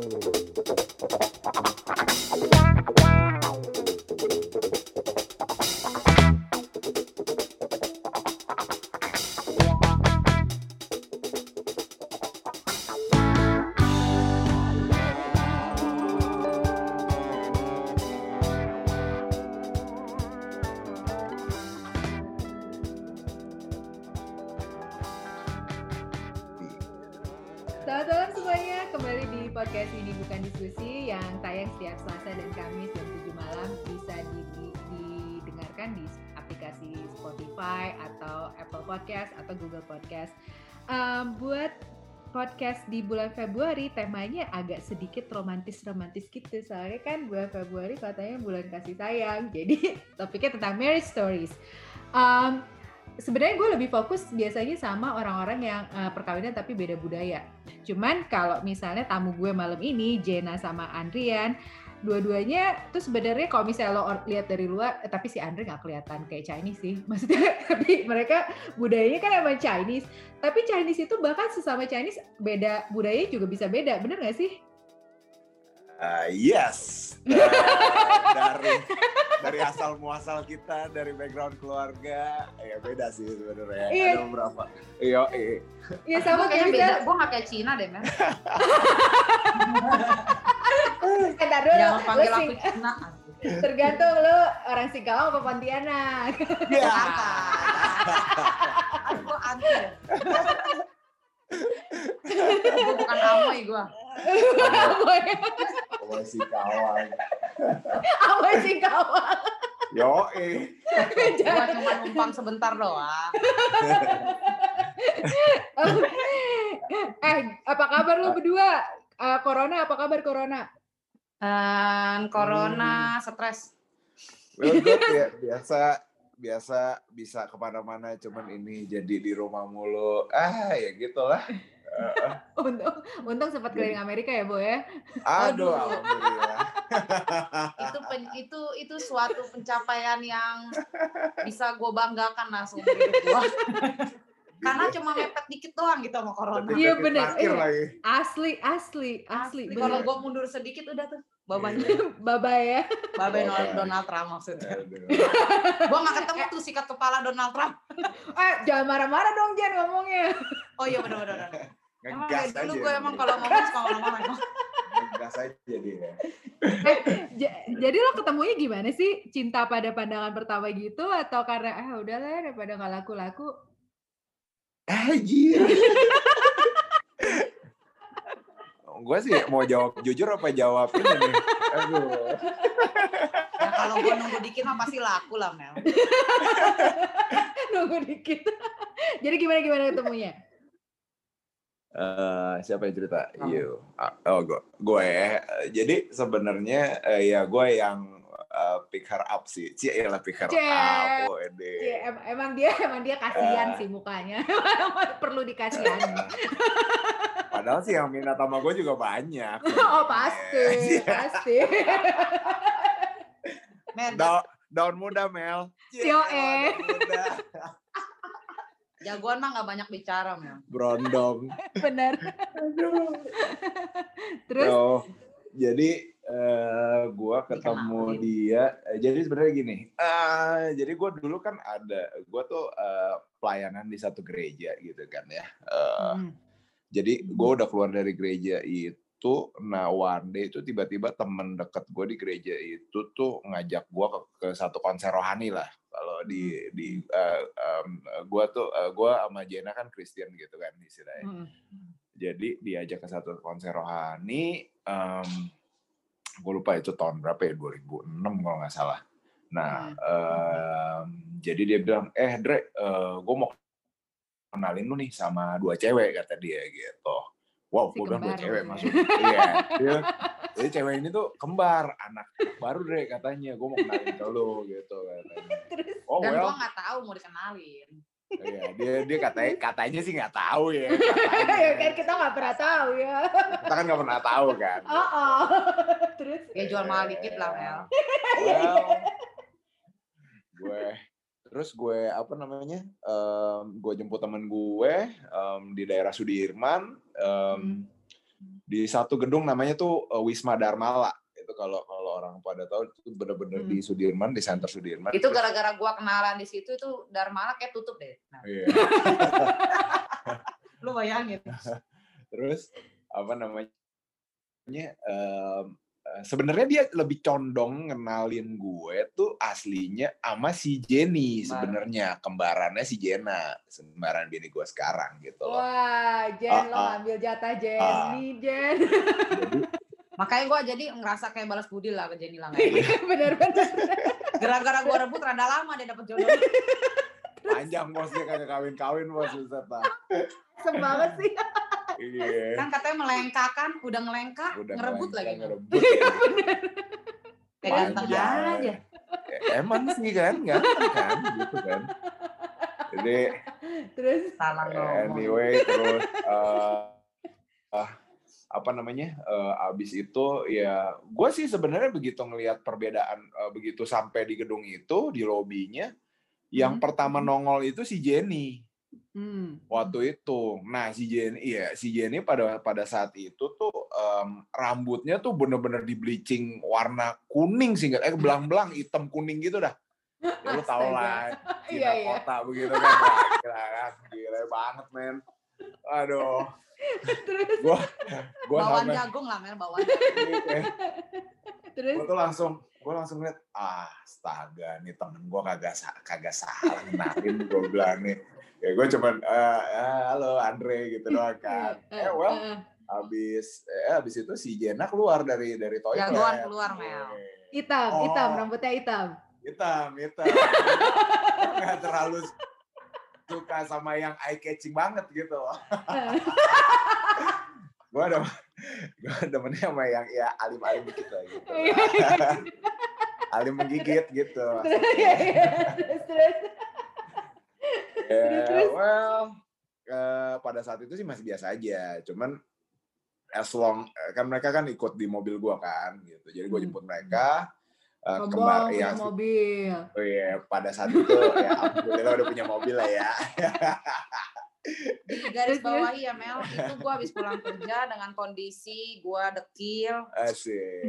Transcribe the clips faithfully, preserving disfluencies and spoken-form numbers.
Selamat malam semuanya, kembali di podcast Ini Bukan Diskusi yang tayang setiap Selasa dan Kamis jam tujuh malam. Bisa di, di, didengarkan di aplikasi Spotify atau Apple Podcast atau Google Podcast. Um, buat podcast di bulan Februari temanya agak sedikit romantis-romantis gitu. Soalnya kan bulan Februari katanya bulan kasih sayang. Jadi topiknya tentang marriage stories. Um, Sebenarnya gue lebih fokus biasanya sama orang-orang yang uh, perkawinan tapi beda budaya. Cuman kalau misalnya tamu gue malam ini, Jenna sama Andrian, dua-duanya tuh sebenarnya kalau misalnya lo lihat dari luar, eh, tapi si Andre nggak kelihatan kayak Chinese sih. Maksudnya, tapi mereka budayanya kan emang Chinese. Tapi Chinese itu bahkan sesama Chinese beda budayanya juga bisa beda, bener nggak sih? Uh, yes, uh, dari dari asal muasal kita, dari background keluarga, ya beda sih sebenarnya. Iya. Ada beberapa. Iya, iya. Iya sama kayak beda. Gue nggak kayak Cina deh, men. Entar dulu. Jangan panggil aku Cina. Tergantung lu orang Singkawang apa Pontianak. Iya. Gue anti ya. Gue bukan amoy gue. Amoy si kawan. Amoy si kawan. Yo eh. Gue cuma numpang sebentar doang. Eh, apa kabar lu berdua? Uh, corona, apa kabar corona? Dan corona, hmm. stres. Well good ya, biasa biasa bisa kemana-mana, cuman ini jadi di rumah mulu. Ah ya gitulah. Uh, untung, untung sempat keliling Amerika ya, Bo ya. Aduh, alhamdulillah. itu pen, itu itu suatu pencapaian yang bisa gue banggakan langsung hidup gue. Karena cuma mepet dikit doang gitu sama corona. Iya benar. Eh, asli, asli, asli. asli. Kalau gue mundur sedikit udah tuh. Babanya. Baba ya. Baba Donald, Donald Trump maksudnya. Gue gak ketemu tuh sikat kepala Donald Trump. Eh jangan marah-marah dong Jen ngomongnya. Oh iya benar-benar. Emang Ngegas dulu aja. gue emang kalau ngomong suka ngomong-ngomong emang. Ngegas aja dia. Eh, j- jadi lo ketemunya gimana sih? Cinta pada pandangan pertama gitu atau karena ah udahlah daripada gak laku-laku? Anjir. Gue sih mau jawab jujur apa jawab ini nih. Aduh. Ya kalau gue nunggu dikit mah pasti laku lah Mel. Nunggu dikit. Jadi gimana-gimana ketemunya? Uh, siapa yang cerita? Oh. You. Oh, gue. Gue. Jadi sebenarnya uh, ya gue yang uh, pick her up sih. Cie lah pick her Cie. up. Oh, Cie, em- emang dia emang dia kasihan uh. sih mukanya. Perlu dikasihani. Padahal sih yang minat sama gue juga banyak. Oh pasti, yeah. pasti. Da- daun muda Mel. Cio eh. Jagoan mah nggak banyak bicara Mel. Brondong. Bener. Terus? So, jadi uh, gue ketemu Dikenalin. dia. Uh, jadi sebenarnya gini. Uh, jadi gue dulu kan ada, gue tuh uh, pelayanan di satu gereja gitu kan ya. Uh, hmm. Jadi gue udah keluar dari gereja itu, nah one day itu tiba-tiba temen deket gue di gereja itu tuh ngajak gue ke, ke satu konser rohani lah. Kalau di di uh, um, gue tuh uh, gue sama Jenna kan Kristen gitu kan istilahnya. Hmm. Jadi diajak ke satu konser rohani, um, gue lupa itu tahun berapa ya, dua ribu enam kalau nggak salah. Nah um, jadi dia bilang, eh Dre, uh, gue mau kenalin lu nih sama dua cewek kata dia gitu. Wow, gue bilang dua cewek maksudnya. Iya. Dia, jadi cewek ini tuh kembar, anak baru Dre katanya. Gue mau kenalin ke lu gitu katanya. Oh, dan well. Gue nggak tahu mau dikenalin. Iya, dia dia katanya katanya sih nggak tahu ya. Ya kan kita nggak pernah tahu ya. Kita kan nggak pernah tahu kan. Oh, oh. Terus? Ya jual mahal dikit lah Mel. Well, gue terus gue apa namanya um, gue jemput temen gue um, di daerah Sudirman um, hmm. di satu gedung namanya tuh uh, Wisma Dharmala. Itu kalau kalau orang pada tahu itu bener-bener hmm. di Sudirman, di center Sudirman. Itu terus, gara-gara gua kenalan di situ itu Dharmala kayak tutup deh. Nah. Iya. Lu bayangin. Terus apa namanya? Um, sebenarnya dia lebih condong ngenalin gue tuh aslinya sama si Jenny sebenarnya, kembarannya si Jenna, kembaran bini gue sekarang gitu loh. Wah, Jen, uh, lo ngambil jatah Jenny, uh, Jen. Makanya gue jadi ngerasa kayak balas budi lah ke Jenny lah. Bener-bener. Gara-gara gue rebut rada lama dia dapet jodoh. Panjang bos, dia kagak kawin-kawin bos, Ustaz. Semangat sih. Iya. Kan katanya melengkak kan, udah ngelengkak, udah ngerebut lagi. Ngerebut ya. Kayak ganteng aja. Emang sih kan, ganteng kan, gitu kan. Jadi, terus salah anyway, terus uh, uh, apa namanya, uh, abis itu ya, gue sih sebenarnya begitu ngelihat perbedaan, uh, begitu sampai di gedung itu, di lobinya, yang hmm. pertama nongol itu si Jenny. Hmm. Waktu itu, nah si Jenny, iya si Jenny pada pada saat itu tuh um, rambutnya tuh bener-bener di bleaching warna kuning sih, eh belang-belang hitam kuning gitu dah. Ya, lu tau lah, Cina iya, kota iya. Begitu kan, wah, gila kan, gila banget men. Aduh, gua, gua bawaan sampai, jagung lah men, bawaan jagung. Terus, gua tuh langsung, gua langsung lihat, ah, astaga, nih temen gua kagak kagak salah kenalin, gua bilang nih. Ya gue cuman uh, uh, halo Andre gitu doang kan. Eh well, abis eh abis itu si Jenna keluar dari dari toilet. Jagoan keluar Mel. Hitam, oh, hitam, rambutnya hitam. Hitam, hitam. Nggak terlalu suka sama yang eye catching banget gitu. Gue ada, gue demennya sama yang ya alim-alim dikit lah gitu. Alim menggigit gitu. Terus, Ya, well, uh, pada saat itu sih masih biasa aja. Cuman as long kan mereka kan ikut di mobil gua kan, gitu. Jadi gua jemput mereka. Uh, kembar punya ya, mobil. Oh iya, pada saat itu ya alhamdulillah udah punya mobil lah ya. Di garis bawahi ya Mel, itu gua habis pulang kerja dengan kondisi gua dekil. Asik.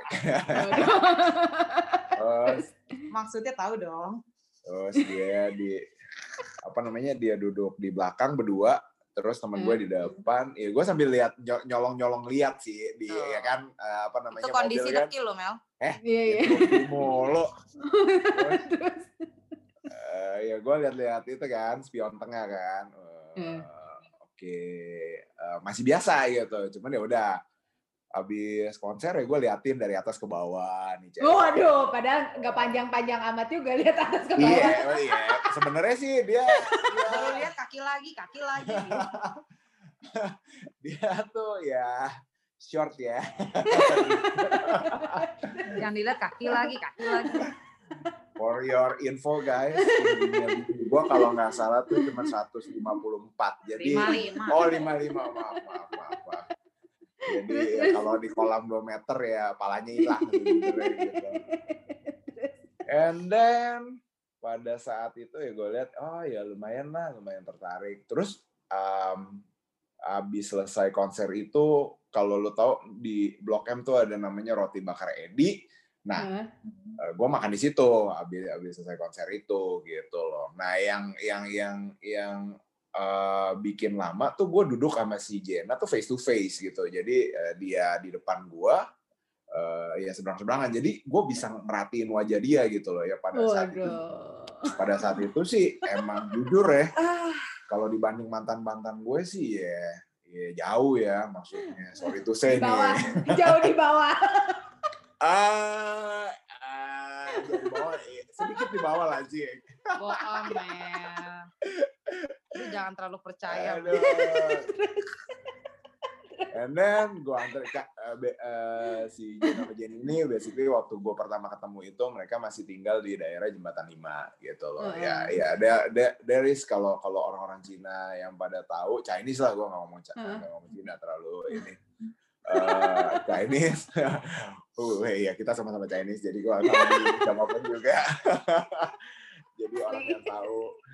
Oh, maksudnya tahu dong. Terus dia di apa namanya dia duduk di belakang berdua, terus teman gue di depan. Ya gue sambil lihat nyolong-nyolong lihat sih di oh. ya kan uh, apa namanya itu kondisi mobil kan. Dekil lo Mel. Eh, iya iya. Mulu. Terus uh, ya gue lihat-lihat itu kan spion tengah kan. Uh, hmm. Oke, okay. uh, masih biasa gitu. Cuman ya udah. Abis konser ya gue liatin dari atas ke bawah nih cewek. Waduh, padahal nggak panjang-panjang amat juga lihat atas ke bawah. Iya, oh iya. Sebenarnya sih dia. Baru lihat kaki lagi, kaki lagi. Dia tuh ya short ya. Yang dilihat kaki lagi, kaki lagi. For your info guys, gue kalau nggak salah tuh cuma seratus lima puluh empat. Jadi lima puluh lima. Oh lima puluh lima, maaf, maaf, maaf, maaf. Jadi ya, kalau di kolam dua meter ya palanya hilang gitu, gitu. And then pada saat itu ya gue lihat oh ya lumayan lah, lumayan tertarik. Terus um, abis selesai konser itu kalau lo tahu di Blok M tuh ada namanya Roti Bakar Edi. Nah, hmm. gue makan di situ abis abis selesai konser itu gitu loh. Nah, yang yang yang yang Uh, bikin lama tuh gue duduk sama si Jenna tuh face to face gitu. Jadi uh, dia di depan gue uh, ya seberang-seberangan. Jadi gue bisa merhatiin wajah dia gitu loh ya pada saat itu. Pada saat itu sih emang jujur ya. Kalau dibanding mantan-mantan gue sih ya, ya jauh ya maksudnya. Sorry to say nih. Jauh di bawah. Ah, uh, jauh di bawah. Sedikit di bawah lah sih. Bohong ya. Lu jangan terlalu percaya. And then gue antar uh, uh, si Jenna sama Jenny ini basically waktu gue pertama ketemu itu mereka masih tinggal di daerah Jembatan lima gitu loh. Uh-huh. Ya ya there, there, there is kalau kalau orang-orang Cina yang pada tahu Chinese lah, gue nggak ngomong Cina, uh-huh. ngomong Cina terlalu ini uh, Chinese. Uh, ya kita sama-sama Chinese jadi gue sama di Jamapan juga. Jadi orang yang tahu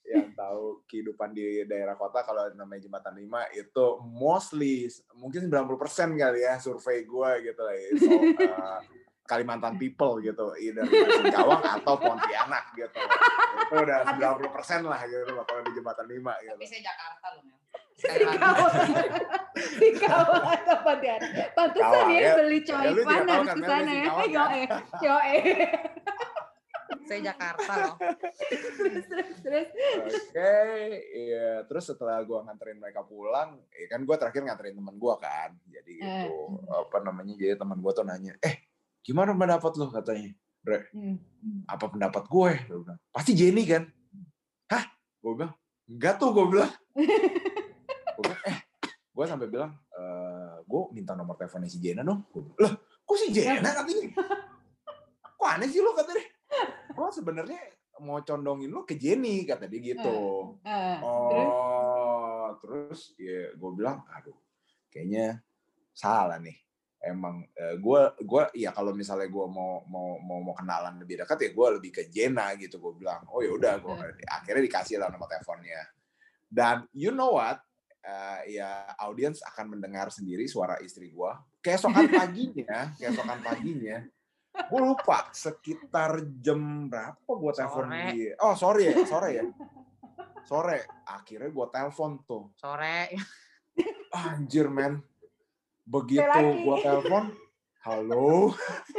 yang tahu kehidupan di daerah kota kalau namanya Jembatan lima itu mostly mungkin sembilan puluh persen kali ya survei gue gitu lah. So, uh, Kalimantan people gitu, either itu Singkawang atau Pontianak gitu. Itu udah sembilan puluh persen lah gitu loh kalau di Jembatan lima gitu. Tapi saya Jakarta loh, Mel. Singkawang. Singkawang atau Pontianak. Pantesan ya beli coipan harus ke sana ya. Yo eh, yo eh. Saya Jakarta loh. Terus, terus, terus. Oke, iya. Terus setelah gue nganterin mereka pulang, ya kan gue terakhir nganterin teman gue kan. Jadi gitu, eh. apa namanya, jadi teman gue tuh nanya, eh gimana pendapat lo katanya? Bre, hmm. apa pendapat gue? Gue bilang, pasti Jenny kan? Hah? Gue bilang, enggak tuh gue bilang. Gue bilang, eh, gue sampai bilang, e, gue minta nomor teleponnya si Jenna dong. Gue bilang, loh, kok si Jenna katanya? Kok aneh sih lo katanya? Gue sebenarnya mau condongin lo ke Jenny kata dia gitu. Uh, uh, oh, terus, terus ya gue bilang, aduh, kayaknya salah nih. Emang uh, gue gue ya kalau misalnya gue mau mau mau mau kenalan lebih dekat ya gue lebih ke Jenna gitu. Gue bilang, oh ya udah, gue uh. akhirnya dikasih lah nomor teleponnya. Dan you know what? Uh, ya audiens akan mendengar sendiri suara istri gue. Keesokan paginya, keesokan paginya. Gue lupa sekitar jam berapa gue telepon dia. Oh sorry ya, sore ya. Sore. Akhirnya gue telepon tuh. Sore. Anjir men. Begitu gue telepon, halo.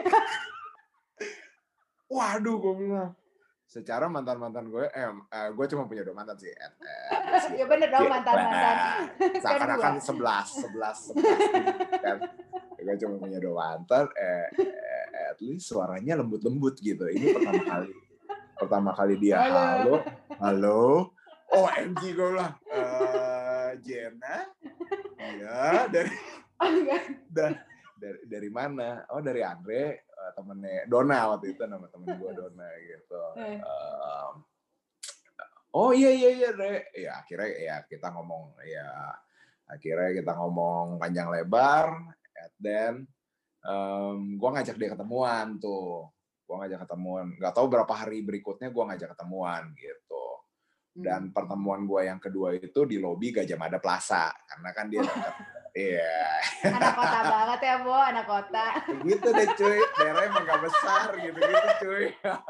Waduh gue bilang. Secara mantan-mantan gue, eh, eh gue cuma punya dua mantan sih. Eh, eh, ya bener dong mantan-mantan. Seakan-akan sebelas, sebelas, sebelas. Kan. Gue cuma punya dua mantan, eh, eh, at least suaranya lembut-lembut gitu. Ini pertama kali. Pertama kali dia, halo, halo. O M G gue bilang, uh, Jenna? Iya, dari, dari, dari, dari mana? Oh dari Andre, uh, temennya Dona waktu itu, nama temen gue Dona gitu. Um, oh iya, iya, iya, Re. Ya akhirnya ya kita ngomong, ya akhirnya kita ngomong panjang lebar. And then um, gue ngajak dia ketemuan tuh, gue ngajak ketemuan. Gak tahu berapa hari berikutnya gue ngajak ketemuan gitu. Dan pertemuan gue yang kedua itu di lobi Gajah Mada Plaza, karena kan dia dekat. Iya. Yeah. Anak kota banget ya, Bo, anak kota. Gitu deh cuy, daerahnya emang gak besar gitu-gitu cuy.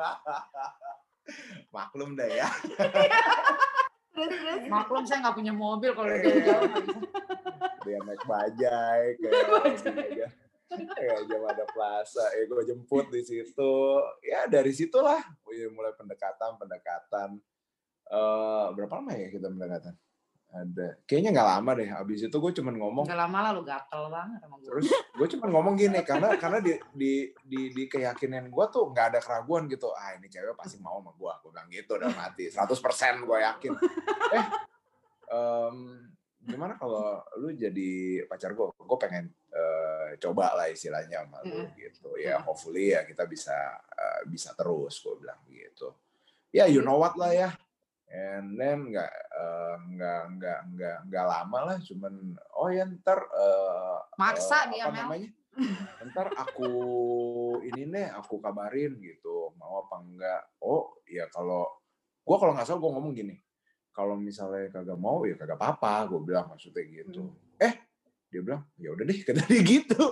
Maklum deh ya. Terus, terus. Maklum saya nggak punya mobil kalau jauh-jauh. Dia naik bajai kayak kayak Gajah Mada Plaza, ya gue jemput di situ. Ya dari situlah mulai pendekatan, pendekatan. Uh, berapa lama ya kita pendekatan? Ada, kayaknya nggak lama deh. Abis itu gue cuman ngomong. Nggak lama lah, lu gatel banget sama gue. Terus gue cuman ngomong gini, karena karena di di di, di keyakinan gue tuh nggak ada keraguan gitu. Ah ini cewek pasti mau sama gue. Gue bilang gitu udah mati. seratus persen gue yakin. Eh, um, gimana kalau lu jadi pacar gue? Gue pengen uh, coba lah istilahnya sama lu gitu. Ya hopefully ya kita bisa uh, bisa terus. Gue bilang gitu. Ya you know what lah ya. And then nggak uh, nggak nggak nggak nggak lama lah, cuman oh ya ntar uh, maksa uh, dia apa namanya, ntar aku ini nih aku kabarin gitu mau apa enggak. Oh ya kalau gue kalau nggak salah gue ngomong gini, kalau misalnya kagak mau ya kagak apa-apa, gue bilang maksudnya gitu. Hmm. Eh dia bilang ya udah deh kata dia gitu.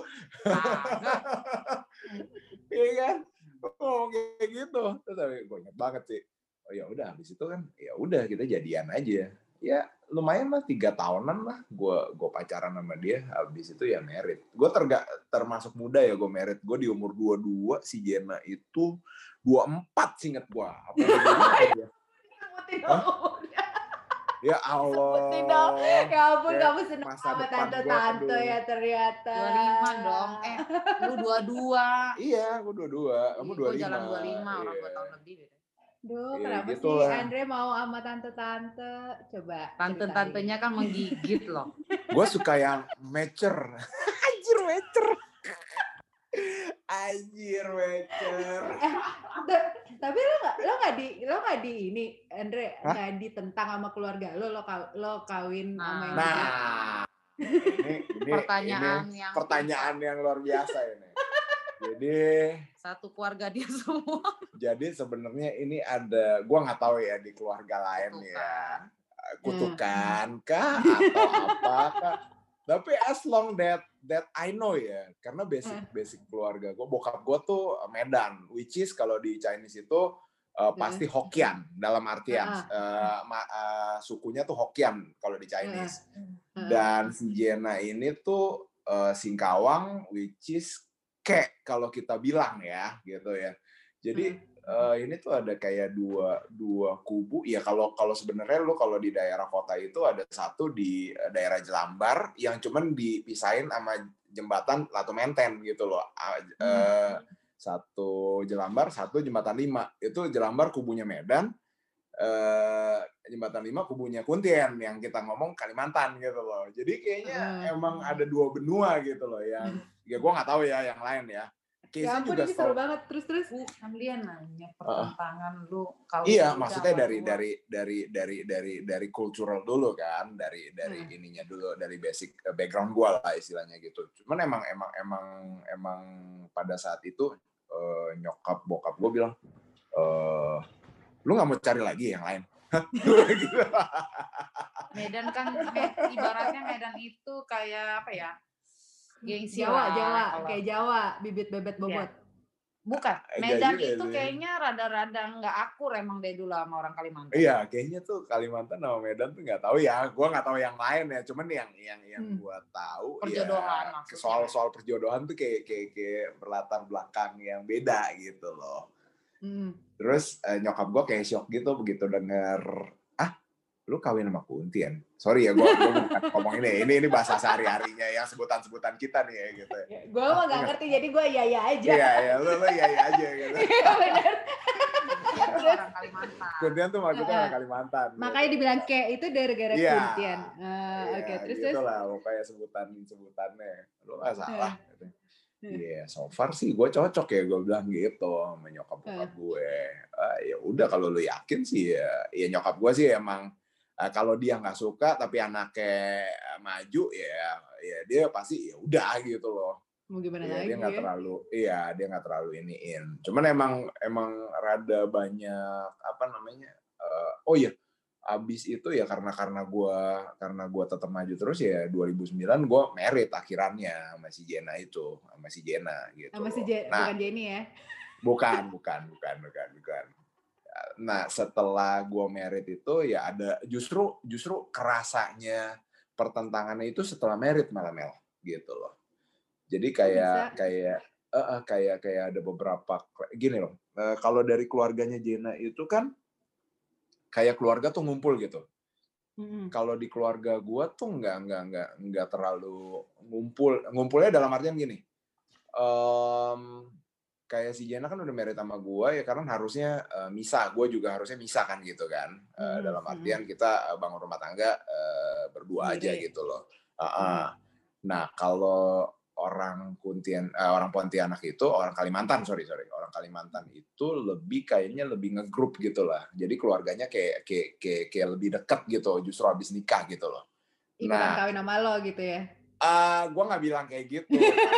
Iya kan, oh kayak gitu. Tapi gue ingat banget sih. Oh ya udah habis itu kan ya udah kita jadian aja ya lumayan lah tiga tahunan lah gue gue pacaran sama dia, habis itu ya married. Gue terga termasuk muda ya gue married, gue di umur dua puluh dua, si Jenna itu dua puluh empat seinget gue. Apa ya? Ya Allah. Ya ampun ya, kamu senang sama tante-tante ya ternyata. dua puluh lima dong. Eh, lu dua puluh dua. Iya, gue dua puluh dua. Kamu dua puluh lima. Gue jalan dua puluh lima, orang dua tahun lebih beda. Duh, ya, kenapa gitu sih lah. Andre mau sama tante-tante? Coba. Tante-tantenya kan menggigit loh. Gue suka yang mature. Anjir mature. Anjir mature. Eh, tapi lo nggak lo nggak di lo nggak di ini Andre nggak ditentang sama keluarga lo lo lo kawin nah. sama yang nah ini, ini pertanyaan ini yang pertanyaan yang luar biasa ini. Jadi satu keluarga dia semua. Jadi sebenarnya ini ada, gue nggak tahu ya di keluarga lain Kutukan. ya, kutukan kah atau apa kah. Tapi as long that that I know ya, karena basic basic keluarga gue, bokap gue tuh Medan, which is kalau di Chinese itu uh, pasti Hokkien, dalam artian uh, ma, uh, sukunya tuh Hokkien kalau di Chinese. Dan si Jenna ini tuh uh, Singkawang, which is Kek kalau kita bilang ya, gitu ya. Jadi uh, ini tuh ada kayak dua dua kubu. Ya kalau kalau sebenarnya lu kalau di daerah kota itu ada satu di daerah Jelambar yang cuman dipisahin sama jembatan Latu Menten gitu loh. Uh, satu Jelambar, satu Jembatan Lima. Itu Jelambar kubunya Medan, uh, Jembatan Lima kubunya Kuntien yang kita ngomong Kalimantan gitu loh. Jadi kayaknya uh. emang ada dua benua gitu loh yang ya gue nggak tahu ya yang lain ya. Ya ampun, ini seru banget. Terus-terus. Bukan dia nanya pertentangan uh, lu. Kalau iya, maksudnya dari, dari dari dari dari dari cultural dulu kan, dari dari hmm. ininya dulu, dari basic background gue lah istilahnya gitu. Cuman emang emang emang emang pada saat itu uh, nyokap bokap gue bilang, uh, lu nggak mau cari lagi yang lain? Medan kan ibaratnya Medan itu kayak apa ya? Gengsi Jawa, lah, Jawa, kalau... kayak Jawa, bibit bebet bobot. Ya. Bukan, Medan itu kayaknya rada-rada nggak akur emang deh dulu sama orang Kalimantan. Iya, kayaknya tuh Kalimantan sama Medan tuh nggak tahu ya. Gue nggak tahu yang lain ya. Cuman yang yang yang hmm. gue tahu perjodohan ya soal soal perjodohan tuh kayak kayak, kayak berlatar belakang yang beda gitu loh. Hmm. Terus eh, nyokap gue kayak shock gitu begitu denger, ah, lu kawin sama Kuntien. Sorry ya, gue ngomong ini, ini ini bahasa sehari-harinya yang sebutan-sebutan kita nih ya gitu. Ya, gue mah nggak ngerti, jadi gue iya iya aja. Iya iya, lu lu iya iya aja gitu. Iya benar. Orang Kalimantan. Kuntien tuh maksudnya orang Kalimantan. Makanya gitu. Dibilang kayak itu gara-gara ya, Kuntien. Uh, ya, Oke, okay, terus gitu lah, pokoknya sebutan-sebutannya. Lu nggak salah. Gitu. Iya, yeah, so far sih gue cocok ya, gue bilang gitu sama nyokap bokap gue. Uh, ya udah kalau lu yakin sih ya, ya nyokap gue sih emang uh, kalau dia nggak suka tapi anaknya maju ya, ya dia pasti ya udah gitu loh. Mau gimana ya, lagi? Dia nggak ya? terlalu, iya dia nggak terlalu iniin. Cuman emang emang rada banyak apa namanya? Uh, oh iya. Abis itu ya karena karena gue karena gue tetap maju terus ya dua ribu sembilan gue merit akhirannya sama si Jenna itu sama si Jenna gitu. Sama si Jenna, nah, bukan Jenny ya? Bukan, bukan, bukan, bukan, bukan. Nah setelah gue merit itu ya ada justru justru kerasanya pertentangannya itu setelah merit malah Mel gitu loh. Jadi kayak Bisa. kayak uh, kayak kayak ada beberapa gini loh. Uh, kalau dari keluarganya Jenna itu kan kayak keluarga tuh ngumpul gitu. Mm-hmm. Kalau di keluarga gue tuh nggak nggak nggak nggak terlalu ngumpul. Ngumpulnya dalam artian gini, um, kayak si Jenna kan udah married sama gue ya karena harusnya uh, misah. Gue juga harusnya misah kan gitu kan. Uh, mm-hmm. Dalam artian kita uh, bangun rumah tangga uh, berdua Diri. aja gitu loh. Uh-uh. Mm-hmm. Nah kalau orang Kuntien, uh, orang Pontianak itu, orang Kalimantan, sorry sorry, orang Kalimantan itu lebih kayaknya lebih ngegrup gitu lah. Jadi keluarganya kayak kayak kayak, kayak lebih dekat gitu, justru habis nikah gitu loh. Ikutan nah, kawin sama lo gitu ya? Uh, gue nggak bilang kayak gitu.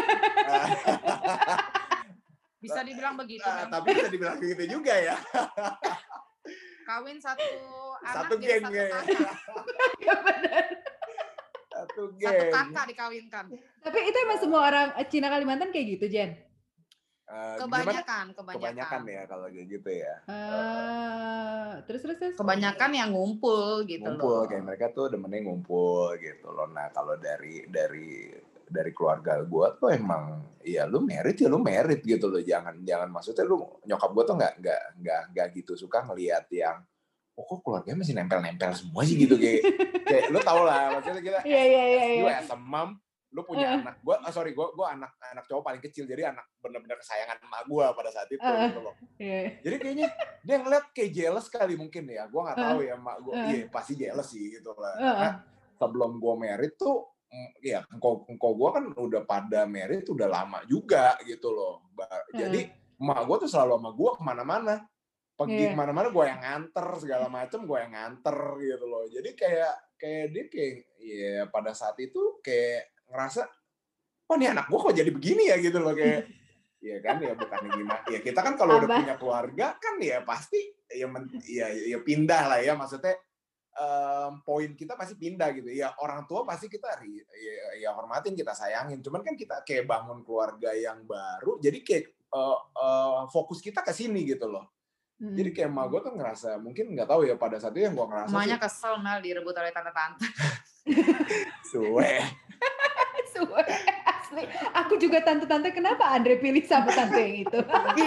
Bisa dibilang begitu. Uh, tapi bisa dibilang begitu juga ya. Kawin satu anak satu geng satu ya. Ya benar. Satu, satu kakak dikawinkan. Tapi itu emang semua orang Cina Kalimantan kayak gitu, Jen? Uh, kebanyakan, kebanyakan. Kebanyakan ya kalau kayak gitu ya. Uh, terus, terus, terus. Kebanyakan yang ngumpul gitu ngumpul, loh. Kayak mereka tuh demennya ngumpul gitu loh. Nah kalau dari dari dari keluarga gue tuh emang, ya lu merit ya lu merit gitu loh. Jangan jangan maksudnya lu nyokap gue tuh nggak nggak nggak nggak gitu suka ngelihat yang oh kok keluarganya masih nempel-nempel semua sih gitu kayak kayak lu tau lah maksudnya kita yeah, yeah, yeah, you yeah. as a mom lu punya uh. anak gue oh, sorry gue gue anak anak cowok paling kecil jadi anak benar-benar kesayangan emak gue pada saat itu uh. gitu loh yeah. Jadi kayaknya dia ngeliat kayak jealous kali mungkin ya gue nggak tahu uh. ya emak gue uh. iya pasti jealous sih gitu lah uh. Karena sebelum gue married tuh ya engkau engkau gue kan udah pada married udah lama juga gitu loh jadi uh. emak gue tuh selalu sama gue kemana-mana pergi yeah. kemana-mana gue yang nganter segala macem gue yang nganter gitu loh jadi kayak kayak dia kayak ya pada saat itu kayak ngerasa wah nih anak gue kok jadi begini ya gitu loh kayak ya kan ya bukan gimana. Ya kita kan kalau udah punya keluarga kan ya pasti ya men, ya, ya pindah lah ya maksudnya um, poin kita pasti pindah gitu. Ya orang tua pasti kita ya, ya hormatin, kita sayangin. Cuman kan kita kayak bangun keluarga yang baru, jadi kayak uh, uh, fokus kita ke sini gitu loh. Hmm. Jadi kayak emak gue tuh ngerasa, mungkin nggak tahu ya pada saat itu yang gue ngerasa emaknya kesel Mel direbut oleh tante-tante. Suwe. Suwe. Asli. Aku juga tante-tante, kenapa Andre pilih sama tante yang itu?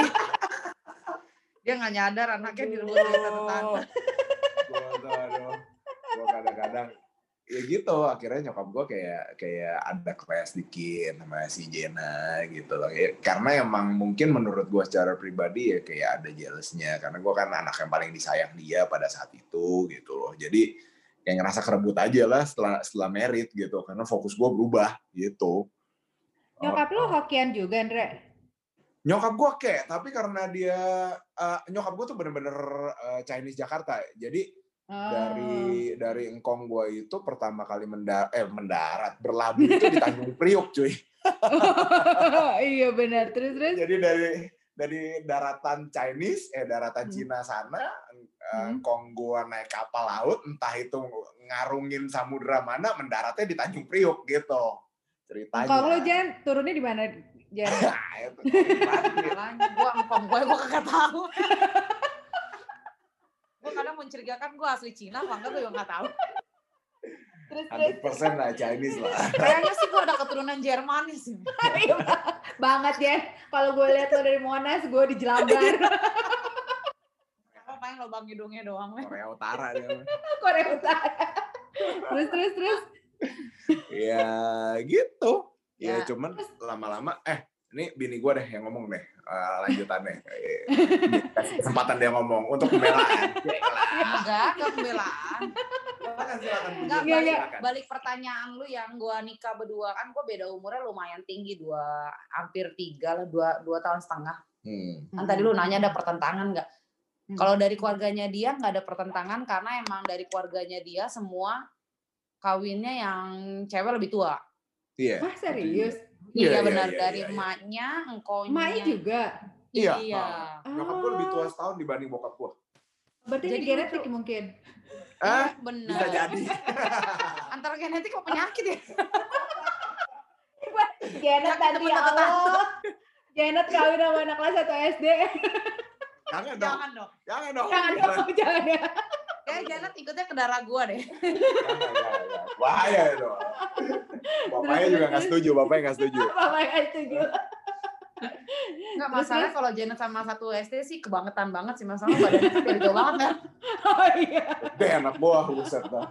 Dia nggak nyadar anaknya direbut oleh tante-tante. Gue tuh, aduh. Gue kadang-kadang ya gitu, akhirnya nyokap gue kayak kayak ada clash dikit sama si Jenna gitu loh. Ya, karena emang mungkin menurut gue secara pribadi ya kayak ada jealousnya, karena gue kan anak yang paling disayang dia pada saat itu gitu loh. Jadi kayak ngerasa kerebut aja lah setelah setelah merit gitu, karena fokus gue berubah gitu. Nyokap lo Hokian juga, Andre? Nyokap gue kayak, tapi karena dia uh, nyokap gue tuh bener-bener uh, Chinese Jakarta, jadi Oh. dari dari engkong gue itu pertama kali mendar eh mendarat berlabuh itu di Tanjung Priok cuy. Oh, iya benar, terus terus. Jadi dari dari daratan Chinese eh daratan hmm. Cina sana hmm. engkong gue naik kapal laut entah itu ngarungin samudra mana mendaratnya di Tanjung Priok gitu ceritanya. Engkong lo Jan turunnya di mana Jan? Gue engkong gue gue kagak tahu. Gue kadang mencurigakan gue asli Cina, apa enggak gue juga nggak tahu. seratus persen lah Chinese lah. Kayaknya sih gue ada keturunan Jermanis sih. Banget ya. Kalau gue lihat lo dari Monas, gue di Jelambar. Apa paling lubang hidungnya doang. Korea Utara dia. Korea Utara. Terus terus terus. Ya gitu. Ya, ya cuman lama-lama eh ini bini gue deh yang ngomong deh uh, lanjutannya. Kesempatan dia ngomong untuk pembelaan. Enggak, enggak pembelaan. Enggak, balik, balik pertanyaan lu yang gue nikah berdua, kan gue beda umurnya lumayan tinggi, dua hampir tiga lah, dua, dua tahun setengah. Hmm. Kan tadi lu nanya ada pertentangan nggak? Hmm. Kalau dari keluarganya dia nggak ada pertentangan karena emang dari keluarganya dia semua kawinnya yang cewek lebih tua. Iya. Wah serius? Iya, iya benar iya, dari iya, emaknya, iya. engkonya. Emaknya juga? Iya. Iya. Nah, nyokap gue lebih tua setahun dibanding bokap gue. Berarti jadi ini genetik itu mungkin? Eh, benar. Bisa jadi. Antara genetik sama penyakit ya? Janet tadi ya Allah. Janet kawin sama anak kelas satu S D. Jangan dong. Jangan dong. Jangan dong. Jangan dong, jangan ya. Kayak Janet ikutnya ke darah gue deh. Jangan, jangan, jangan. Bahaya itu. Bapaknya juga nggak setuju, bapaknya nggak setuju. Bapaknya nggak setuju. Nggak masalah kalau Janet sama satu S D sih kebangetan banget sih, masalah badannya beda banget kan. Oh iya. Deh anak buah buset dah.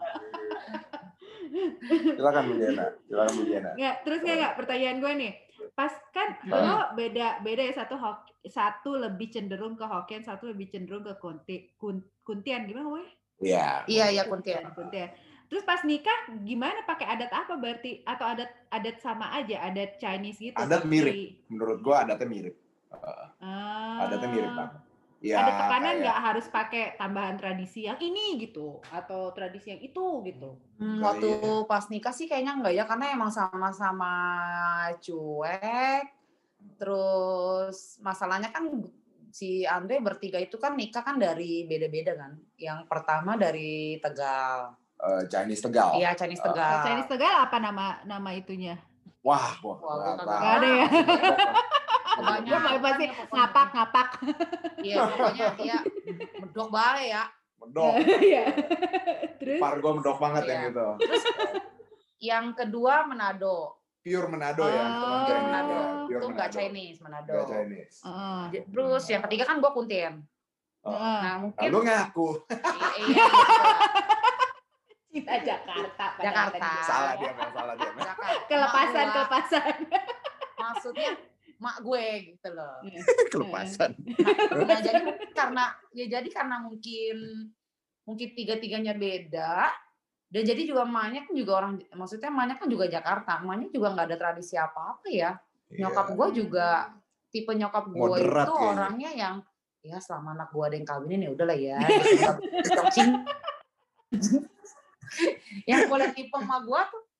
Silakan Bu Jena, silakan Bu Jena. Nggak, terus nggak pertanyaan gue nih. Pas kan hmm. lo beda beda ya satu hok, satu lebih cenderung ke Hokkien, satu lebih cenderung ke Kunti, kun, Kuntian gimana gue? Iya. Iya iya Kuntian. Kuntian. Terus pas nikah gimana pakai adat apa berarti atau adat adat sama aja adat Chinese gitu? Adat mirip. Menurut gue adatnya mirip. Uh, ah. Adatnya mirip banget. Ya, ada tekanan nggak kayak... harus pakai tambahan tradisi yang ini gitu atau tradisi yang itu gitu. Hmm, waktu ya. Pas nikah sih kayaknya enggak ya karena emang sama-sama cuek. Terus masalahnya kan si Andre bertiga itu kan nikah kan dari beda-beda kan. Yang pertama dari Tegal. Uh, Chinese Tegal. Iya Chinese Tegal. Uh, Chinese Tegal apa nama nama itunya? Wah, wah, wah nggak ada ya. Kebanyakan pasti ngapak-ngapak. Iya, pokoknya iya medok bae ya. Medok. Iya. Terus Pargo medok banget iya. Yang gitu. Terus yang kedua Manado. Pure Manado oh. Ya. Pure Manado. Pure itu enggak Chinese, Manado. Enggak Chinese. Uh. Terus yang ketiga kan gua Kuntian. Oh. Nah, mungkin lu ngaku. Iya, gitu. Cinta Jakarta. Jakarta. Salah dia, Mel. Salah dia. Kelepasan, kelepasan. Maksudnya mak gue gitu loh. Kelepasan. Nah, nah jadi karena ya jadi karena mungkin mungkin tiga-tiganya beda dan jadi juga emaknya kan juga orang maksudnya emaknya kan juga Jakarta. Emaknya juga nggak ada tradisi apa-apa ya. Yeah. Nyokap gue juga tipe nyokap gue moderat, itu kayaknya. Orangnya yang ya selama anak gue ada yang kawinin ya udahlah ya. Yang boleh tipe emak gue tuh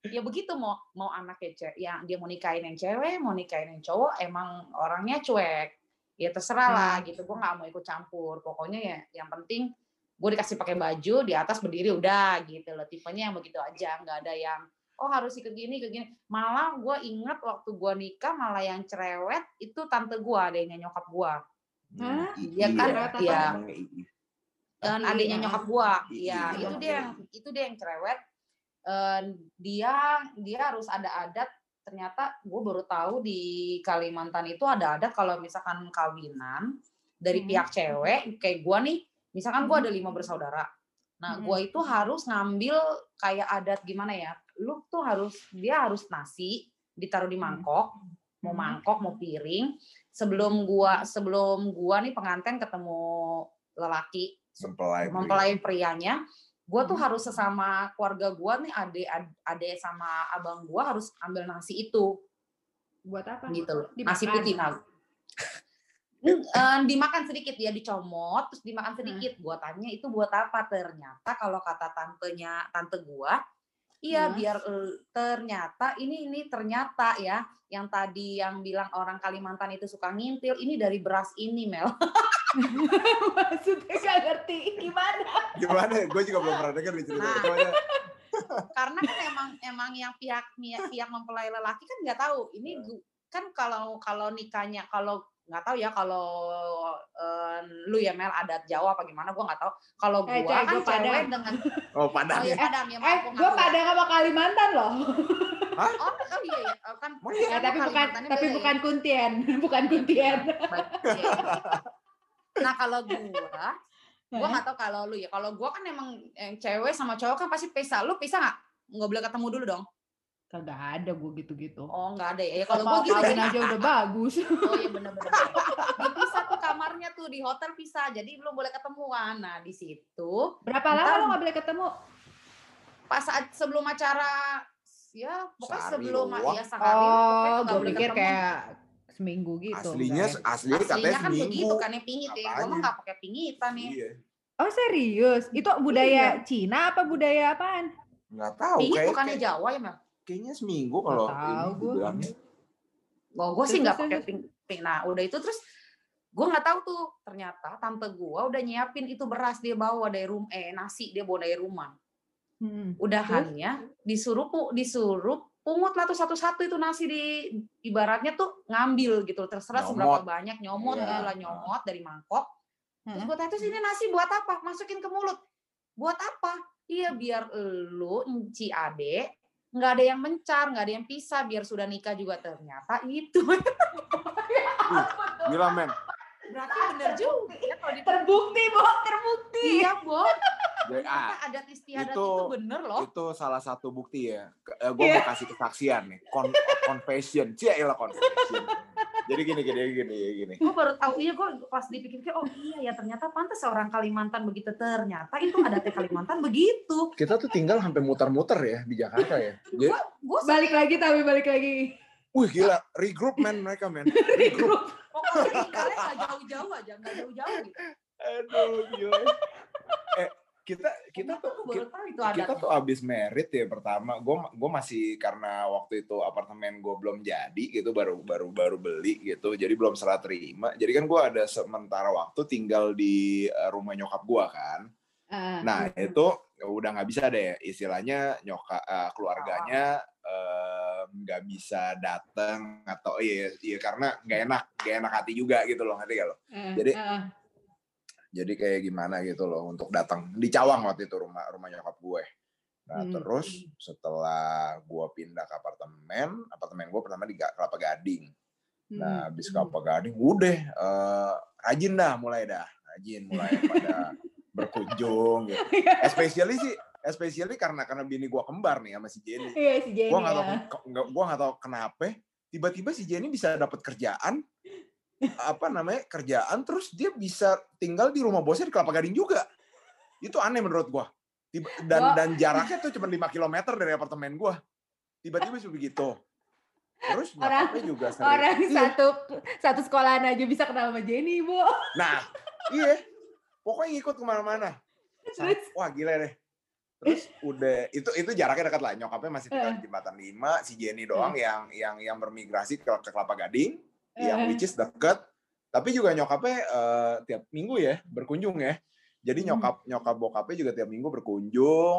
ya begitu mau mau anaknya cewek, yang dia mau nikahin yang cewek, mau nikahin yang cowok, emang orangnya cuek. Ya terserah lah Hmm. gitu, gue nggak mau ikut campur. Pokoknya ya yang penting gue dikasih pakai baju, di atas berdiri udah gitu loh. Tipenya yang begitu aja, nggak ada yang oh harus ikut gini, ikut gini. Malah gue ingat waktu gue nikah malah yang cerewet itu tante gue, adiknya nyokap gue. Hah? Dia kan ya dan adiknya nyokap gue, ya itu dia yang itu dia yang cerewet. Uh, dia dia harus ada adat. Ternyata gue baru tahu di Kalimantan itu ada adat kalau misalkan kawinan dari hmm. pihak cewek kayak gue nih, misalkan gue ada lima bersaudara, nah hmm. gue itu harus ngambil kayak adat gimana ya, lu tuh harus dia harus nasi ditaruh di mangkok, mau mangkok mau piring, sebelum gue sebelum gue nih pengantin ketemu lelaki mempelai, mempelai prianya. Gue tuh harus sesama keluarga gue nih, adek adek sama abang gue harus ambil nasi itu. Buat apa? Gitu loh. Nasi putih. Nah, dimakan sedikit, dia dicomot terus dimakan sedikit. Gue tanya itu buat apa? Ternyata kalau kata tantenya tante gue, iya hmm. biar ternyata ini ini ternyata ya yang tadi yang bilang orang Kalimantan itu suka ngintil, ini dari beras ini Mel. Maksudnya gak ngerti gimana? Gimana? Gue juga belum pernah dengar cerita nah, itu. Karena kan emang emang yang pihak pihak mempelai lelaki kan nggak tahu. Ini kan kalau kalau nikahnya kalau nggak tahu ya kalau uh, lu ya Mel adat Jawa apa gimana gue nggak tahu. Kalau gue eh, kan cewek dengan oh Padang. Oh, ya, Padang ya. Eh, gue Padang sama Kalimantan loh. Hah? Oh, oh iya ya. Kan ya, tapi bukan tapi bukan ya. Kuntien, bukan Kuntien. Ya. Nah kalau gua, gua nggak tahu kalau lu ya. Kalau gua kan emang yang cewek sama cowok kan pasti pisah. Lu pisah nggak? Nggak boleh ketemu dulu dong. Kagak ada gua gitu-gitu. Oh nggak ada ya. Kalau gua gitu aja udah bagus. Oh iya benar-benar. Dipisah tuh kamarnya tuh di hotel pisah. Jadi belum boleh ketemuan. Nah di situ. Berapa lama lo nggak boleh ketemu? Pas saat sebelum acara ya pokoknya sehari sebelum doang. ya sehari. Oh gue pikir kayak seminggu gitu. Aslinya ya? aslinya katanya kan seminggu. begitu kan yang pingit ya. Gue mah nggak pakai pingitan nih. Iya. Oh serius? Itu budaya iya. Cina apa budaya apaan? Nggak tahu. Pingit kayak, bukannya kayak, Jawa ya Mel? Kayaknya seminggu kalau ini dibilangnya. Oh, gue sih nggak pakai ping. Nah udah itu terus gue nggak tahu tuh ternyata tante gue udah nyiapin itu beras dia bawa dari rumah eh nasi dia bawa dari rumah. Hmm. Udahannya disuruh disuruh pungut lah tuh satu-satu itu nasi di ibaratnya tuh ngambil gitu terserah nyomot. Seberapa banyak nyomot yeah. lah nyomot dari mangkok terus gue tanya terus ini nasi buat apa masukin ke mulut buat apa iya biar lu enci ade nggak ada yang mencar nggak ada yang pisah biar sudah nikah juga ternyata itu gila men berarti bener juga ya, terbukti Bo terbukti iya Bo Jadi, ah, adat istiadat itu, itu bener loh. Itu salah satu bukti ya. Gue yeah. mau kasih kesaksian nih. Con confession. Ciailah confession. Jadi gini, gini, gini, gini. Gue baru tahu, iya gue pas dipikir, oh iya ya ternyata pantas orang Kalimantan begitu. Ternyata itu adatnya Kalimantan begitu. Kita tuh tinggal sampai muter-muter ya di Jakarta ya. Jadi, gua, gua balik lagi tapi balik lagi. Wih gila, regroup men mereka men. Regroup. Pokoknya tinggalnya gak jauh-jauh aja, gak jauh-jauh gitu. Aduh gila. Eh, kita kita tuh kita, kita tuh abis merit ya pertama gue gue masih karena waktu itu apartemen gue belum jadi gitu baru baru baru beli gitu jadi belum serah terima jadi kan gue ada sementara waktu tinggal di rumah nyokap gue kan uh, nah uh, itu udah nggak bisa deh istilahnya nyokap uh, keluarganya nggak uh, bisa datang atau iya iya karena nggak enak nggak enak hati juga gitu loh ngerti gak lo uh, jadi uh. Jadi kayak gimana gitu loh untuk datang di Cawang waktu itu rumah rumah nyokap gue. Nah hmm. terus setelah gue pindah ke apartemen, apartemen gue pertama di Kelapa Gading. Hmm. Nah habis Kelapa Gading, udah uh, rajin dah mulai dah, rajin mulai pada berkunjung gitu. Especially sih, especially karena karena bini gue kembar nih sama si Jenny. Iya si Jenny. Gue nggak tahu, gue nggak tahu kenapa tiba-tiba si Jenny bisa dapat kerjaan. apa namanya kerjaan terus dia bisa tinggal di rumah bosnya di Kelapa Gading juga itu aneh menurut gua dan wow. dan jaraknya tuh cuma lima kilometer dari apartemen gua tiba-tiba seperti begitu terus orang juga sering, orang iya. satu satu sekolahan aja bisa kenal sama Jenny Bu nah iya pokoknya ngikut kemana-mana wah gila deh Terus udah itu itu jaraknya dekat lah, nyokapnya masih tinggal di Jembatan lima, si Jenny doang uh. yang yang yang bermigrasi ke, ke Kelapa Gading, uh. yang which is deket. Tapi juga nyokapnya uh, tiap minggu ya berkunjung ya. Jadi nyokap nyokap bokapnya juga tiap minggu berkunjung.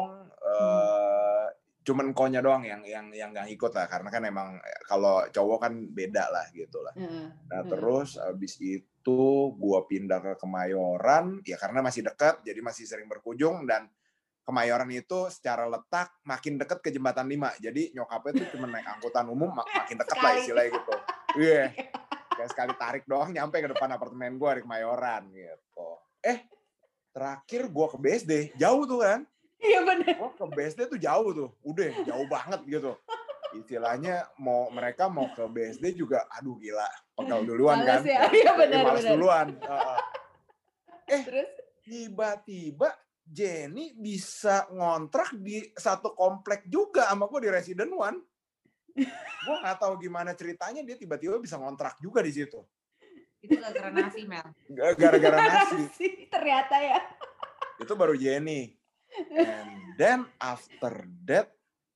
Uh, hmm. Cuman konya doang yang yang yang nggak ikut lah, karena kan emang kalau cowok kan beda lah gitu lah. Uh. Nah uh. terus abis itu gua pindah ke Kemayoran ya karena masih dekat, jadi masih sering berkunjung. Dan Kemayoran itu secara letak makin dekat ke Jembatan lima. Jadi nyokapnya tuh cuma naik angkutan umum mak- makin dekat lah istilahnya gitu. Iya. Yeah. Kayak sekali tarik doang nyampe ke depan apartemen gue di Kemayoran gitu. Eh, terakhir gue ke B S D. Jauh tuh kan? Iya benar. Gue ke B S D tuh jauh tuh. Udah jauh banget gitu. Istilahnya mau mereka mau ke B S D juga aduh gila. Pegal duluan kan. Ya. Iya benar. Males duluan. Uh, eh, terus tiba-tiba Jenny bisa ngontrak di satu komplek juga sama gue di Resident One. Gue nggak tahu gimana ceritanya dia tiba-tiba bisa ngontrak juga di situ. Itu gara-gara nasi, Mel. Gara-gara nasi. Ternyata ya. Itu baru Jenny. And then after that,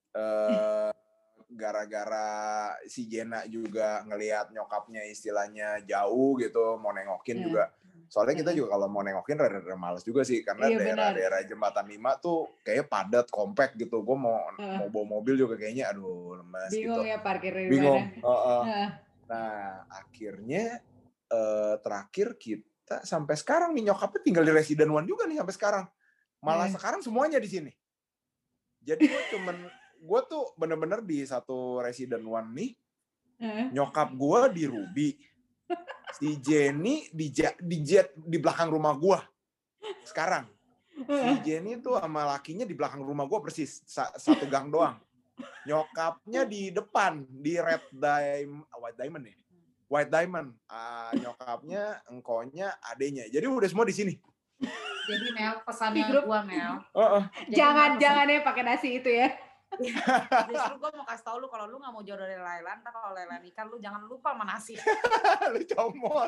uh, gara-gara si Jena juga ngelihat nyokapnya istilahnya jauh gitu, mau nengokin yeah. juga. Soalnya kita juga kalau mau nengokin rada-rada males juga sih, karena iya, daerah-daerah Jembatan lima tuh kayaknya padat, kompak gitu. Gue mau uh. mau bawa mobil juga kayaknya aduh lemes gitu. Bingung ya parkirnya. Bingung. Uh, uh. Uh. Nah akhirnya uh, terakhir kita sampai sekarang nih nyokapnya tinggal di Resident One juga nih sampai sekarang. Malah uh. sekarang semuanya di sini. Jadi gue cuman gue tuh bener-bener di satu Resident One nih. Uh. Nyokap gue di Ruby. Si Jenny di, di jet di belakang rumah gue sekarang. Si Jenny tuh sama lakinya di belakang rumah gue persis satu gang doang. Nyokapnya di depan di Red Diamond, White Diamond ya, White Diamond. Uh, nyokapnya, engkonya, adenya. Jadi udah semua di sini. Jadi Mel pesannya gue Mel. Uh-uh. Jangan jangan ya pakai nasi itu ya. Justru gue mau kasih tau lu kalau lu gak mau jodoh dari Lailan, ntar kalau Lailan ikan lu jangan lupa sama nasi. Lu comot.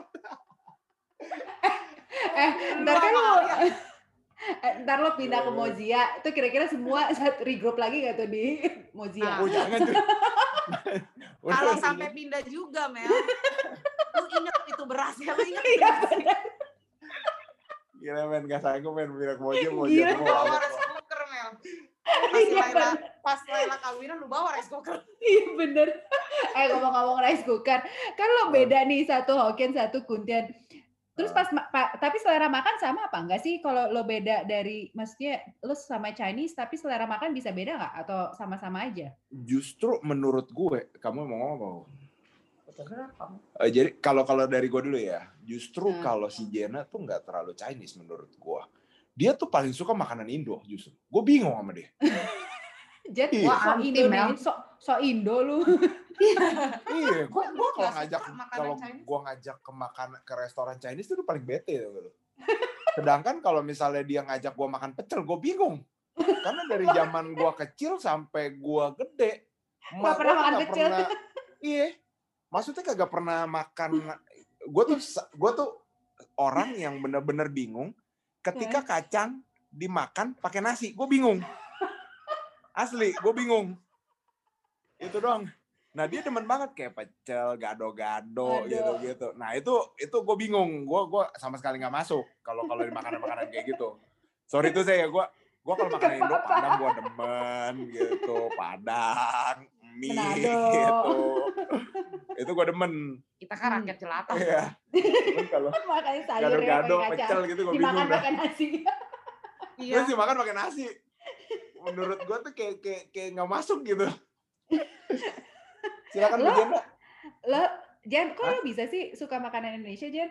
eh, ntar kan lu, ntar lo pindah ke Mozia, itu kira-kira semua satu regroup lagi gak tuh di Mozia? Oh jangan tuh. Kalau sampai pindah juga Mel, lu inget itu beras ya, lu inget iya benar. Gila men, gak sanggup men pindah ke Mozia, Mozia semua. Bawa rice cooker Mel. Pas iya, Laila, pas Laila kawinan lu bawa rice cooker. Iya bener. Eh ngomong-ngomong rice cooker, kan lo beda nih satu Hokkien satu Kuntian. Terus pas pa, tapi selera makan sama apa enggak sih kalau lo beda dari, maksudnya lo sama Chinese tapi selera makan bisa beda nggak atau sama-sama aja? Justru menurut gue, kamu mau ngomong uh, jadi kalau kalau dari gue dulu ya, justru hmm. kalau si Jena tuh nggak terlalu Chinese menurut gue. Dia tuh paling suka makanan Indo justru. Gue bingung sama dia. Jadi iya. so Indo nih, so, so Indo lu. Iya, gue gue kalau ngajak kalau gue ngajak ke makan ke restoran Chinese itu paling bete gitu. Sedangkan kalau misalnya dia ngajak gue makan pecel, gue bingung. Karena dari zaman gue kecil sampai gue gede, gak pernah makan pecel. Pernah, iya, maksudnya kagak pernah makan. Gue tuh gue tuh orang yang bener-bener bingung. Ketika kacang dimakan pakai nasi, gue bingung. Asli, gue bingung. Itu doang. Nah dia demen banget kayak pecel, gado-gado gitu-gitu. Nah itu itu gue bingung. Gue gue sama sekali nggak masuk kalau kalau di makanan-makanan kayak gitu. Sorry tuh saya, gue gue kalau makanan Indo Padang gue demen gitu, Padang, mie Menado. Gitu. Itu gue demen. Kita kan rakyat jelata. Iya. Cuman kalau gado-gado, pecel gitu gue bingung. Dimakan pakai nasi. Iya. Gue sih makan pakai nasi. Menurut gue tuh kayak kayak kayak nggak masuk gitu. Silakan Bu Jen. Lo Jen, kok lo bisa sih suka makanan Indonesia Jen?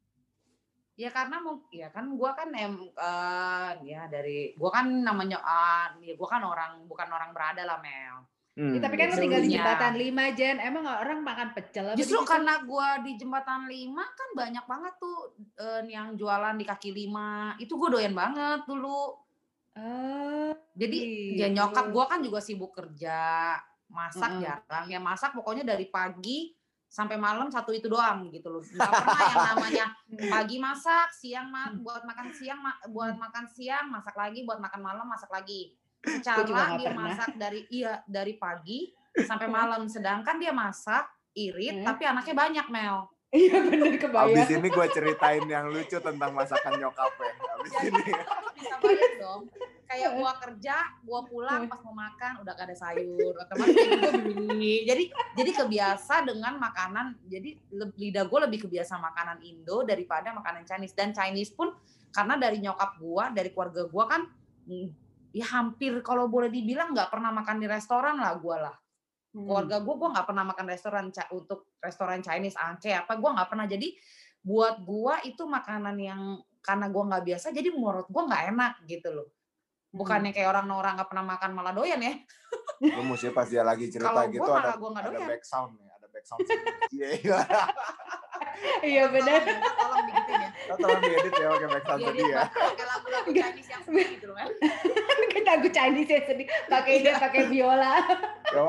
Ya karena mau, ya kan gue kan em uh, ya dari gue kan namanya uh, ya gue kan orang bukan orang berada lah Mel. Hmm, ya, tapi kan lo tinggal di Jembatan lima Jen, emang orang makan pecel? Justru karena gue di Jembatan lima kan banyak banget tuh uh, yang jualan di kaki lima, itu gue doyan banget dulu. Uh, Jadi gitu. Ya nyokap gue kan juga sibuk kerja, masak uh-uh. jarang, ya masak pokoknya dari pagi sampai malam satu itu doang gitu loh. Gak pernah yang namanya pagi masak, siang ma- buat makan siang, ma- buat makan siang, masak lagi, buat makan malam, masak lagi. Cara dia pernah. masak dari iya dari pagi sampai malam, sedangkan dia masak irit hmm. tapi anaknya banyak, Mel. Iya bener, kebayang. Abis ini gue ceritain yang lucu tentang masakan nyokapnya. Abis jadi, ini. Bisa bayang dong. Kayak gue kerja, gue pulang pas mau makan udah gak ada sayur, otomatis gue beli. Jadi jadi kebiasa dengan makanan. Jadi lidah gue lebih kebiasa makanan Indo daripada makanan Chinese. Dan Chinese pun karena dari nyokap gue, dari keluarga gue kan, ya hampir kalau boleh dibilang nggak pernah makan di restoran lah gue lah. Keluarga gue, gue nggak pernah makan restoran untuk restoran Chinese, angke apa, gue nggak pernah. Jadi buat gue itu makanan yang karena gue nggak biasa, jadi menurut gue nggak enak gitu loh. Bukannya kayak orang-orang nggak pernah makan malah doyan ya. Lu mesti pas dia lagi cerita Kalo gitu gua ada, gua ada doyan. back sound nih, ada back sound. Iya. Iya benar. Tolong digitin ya. Oh, tolong diedit ya pakai back sound tadi ya. Pakai lagu-lagu Chinese yang sedih gitu loh. Kan lagu Chinese yang sedih, pakai dia pakai biola. Oh,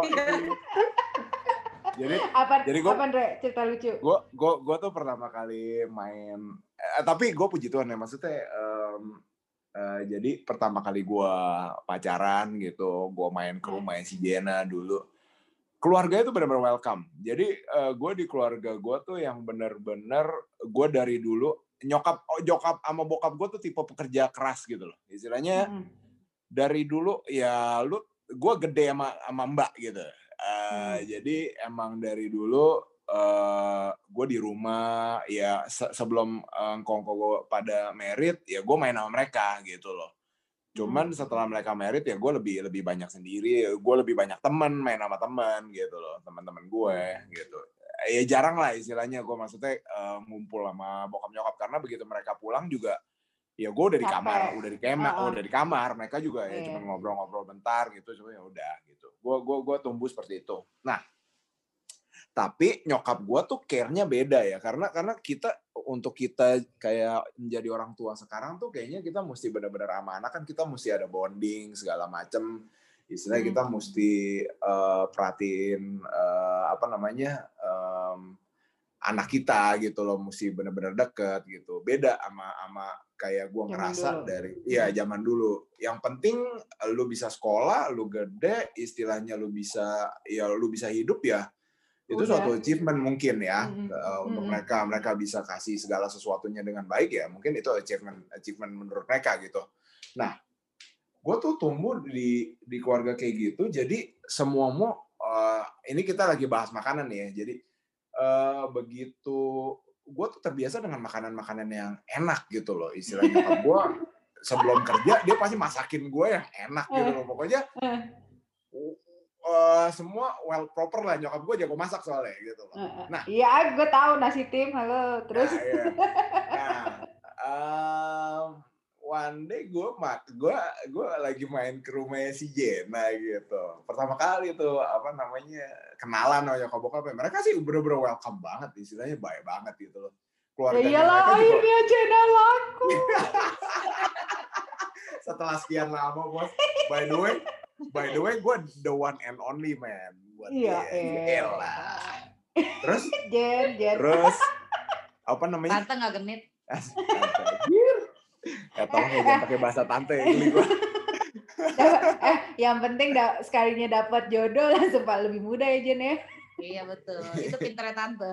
jadi apa jadi gua, apa Andre, cerita lucu. Gue gue gue tuh pertama kali main eh, tapi gue puji Tuhan ya, maksudnya um, uh, jadi pertama kali gue pacaran gitu, gue main ke rumah si Jenna dulu. Keluarganya tuh benar-benar welcome. Jadi uh, gue di keluarga gue tuh yang benar-benar gue dari dulu nyokap oh, nyokap sama bokap gue tuh tipe pekerja keras gitu loh. Istilahnya hmm. dari dulu ya lu gue gede sama sama mbak gitu. Uh, hmm. Jadi emang dari dulu uh, gue di rumah ya se- sebelum engkong-engkong uh, gue pada merit ya gue main sama mereka gitu loh. Cuman hmm. setelah mereka merit ya gue lebih lebih banyak sendiri, gue lebih banyak temen, main sama temen gitu loh, teman-teman gue gitu. Ya jarang lah istilahnya gue maksudnya uh, ngumpul sama bokap nyokap karena begitu mereka pulang juga ya gue udah di kamar, udah di kamar, uh-uh. udah di kamar, mereka juga ya yeah. cuma ngobrol-ngobrol bentar gitu, cuma ya udah gitu. Gue gue gue tumbuh seperti itu. Nah, tapi nyokap gue tuh care-nya beda ya, karena karena kita untuk kita kayak menjadi orang tua sekarang tuh kayaknya kita mesti benar-benar sama anak kan kita mesti ada bonding segala macem. Istilahnya hmm. kita mesti uh, perhatiin uh, apa namanya um, anak kita gitu loh, mesti benar-benar deket gitu. Beda sama sama kayak gue ngerasa dulu. Dari ya zaman dulu. Yang penting lu bisa sekolah, lu gede, istilahnya lu bisa ya lu bisa hidup ya. Itu udah. Suatu achievement mungkin ya mm-hmm. uh, untuk mm-hmm. mereka mereka bisa kasih segala sesuatunya dengan baik ya, mungkin itu achievement achievement menurut mereka gitu. Nah, gue tuh tumbuh di di keluarga kayak gitu, jadi semuamu uh, ini kita lagi bahas makanan nih ya, jadi uh, begitu gue tuh terbiasa dengan makanan-makanan yang enak gitu loh, istilahnya nyokap gue sebelum kerja dia pasti masakin gue yang enak gitu loh, pokoknya Uh, semua well proper lah, nyokap gue jago masak soalnya gitu loh. Nah, iya gue tahu nasi tim, halo terus. Nah, iya. nah um, one day gue mak, gue gue lagi main ke rumahnya si Jenna gitu. Pertama kali tuh apa namanya kenalan sama nyokap bokapnya. Mereka sih bener-bener welcome banget, istilahnya baik banget gitu loh. Keluarganya ya iyalah, mereka juga. Akhirnya Jenna laku. Setelah sekian lama bos. By the way. By the way, gue the one and only man buat iya, dia. Elah. Terus, Jen, Jen. Terus, apa namanya? Tante nggak genit. Ya tolong ya jangan pakai bahasa tante, geli gue. eh, yang penting da- sekalinya dapat jodoh langsung pak lebih muda ya Jen ya. Iya betul, itu pinternya tante.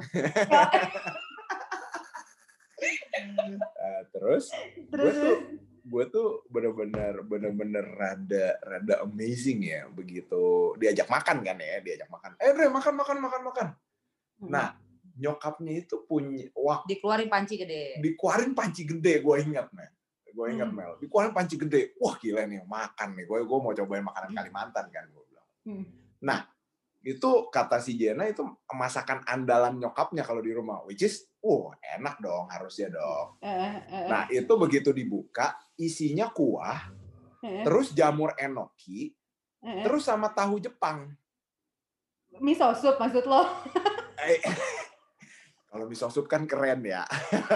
uh, terus, gue tuh gue tuh bener-bener bener-bener rada rada amazing ya begitu diajak makan kan ya diajak makan eh Dre makan makan makan makan nah nyokapnya itu punya waktu dikeluarin panci gede dikeluarin panci gede gue ingat Mel gue ingat hmm. Mel dikeluarin panci gede wah gila nih makan nih gue gue mau cobain makanan Kalimantan kan gue bilang hmm. nah itu kata si Jenna itu masakan andalan nyokapnya kalau di rumah, which is, uh enak dong harusnya dong. Uh, uh, nah itu begitu dibuka, isinya kuah, uh, terus jamur enoki, uh, terus sama tahu Jepang. Miso soup maksud lo? eh, kalau miso soup kan keren ya.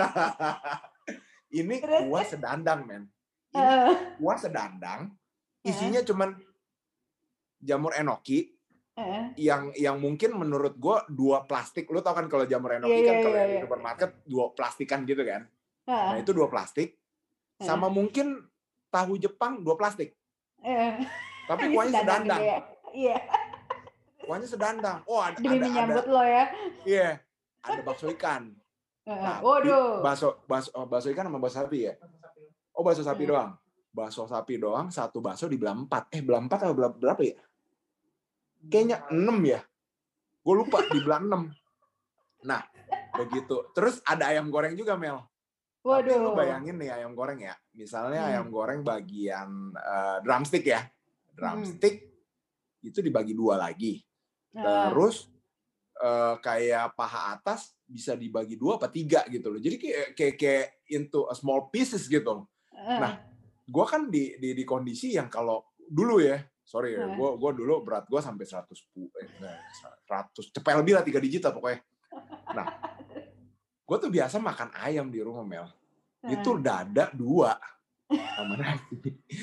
Ini kuah sedandang men. Ini uh, kuah sedandang, isinya uh, cuman jamur enoki. Uh. yang yang mungkin menurut gue dua plastik, lu tau kan kalau jamur enoki yeah, kan yeah, kalau yeah, di supermarket yeah. dua plastikan gitu kan, uh. nah itu dua plastik, uh. sama mungkin tahu Jepang dua plastik, uh. Tapi kuahnya sedandang. Ya? Iya. Kuahnya sedandang. Oh ada demi ada, menyambut ada, lo ya. Iya. Ada bakso ikan. Tapi Waduh. bakso bakso bakso ikan sama bakso sapi ya? Oh bakso sapi hmm. doang. Bakso sapi doang, satu bakso dibelah empat. Eh belah empat atau belah berapa ya? Kayaknya enam ya. Gue lupa dibelah enam. Nah, begitu. Terus ada ayam goreng juga, Mel. Waduh. Tapi lu bayangin nih ayam goreng ya. Misalnya hmm. ayam goreng bagian uh, drumstick ya. Drumstick hmm. itu dibagi dua lagi. Terus uh, kayak paha atas bisa dibagi dua apa tiga gitu loh. Jadi kayak kayak, kayak into a small pieces gitu. Uh. Nah, gue kan di, di di kondisi yang kalau dulu ya, sorry ya, gue gue dulu berat gue sampai seratus eh, seratus cepet lebih lah tiga digit lah pokoknya. Nah, gue tuh biasa makan ayam di rumah Mel. Uh. Itu dada dua sama nasi.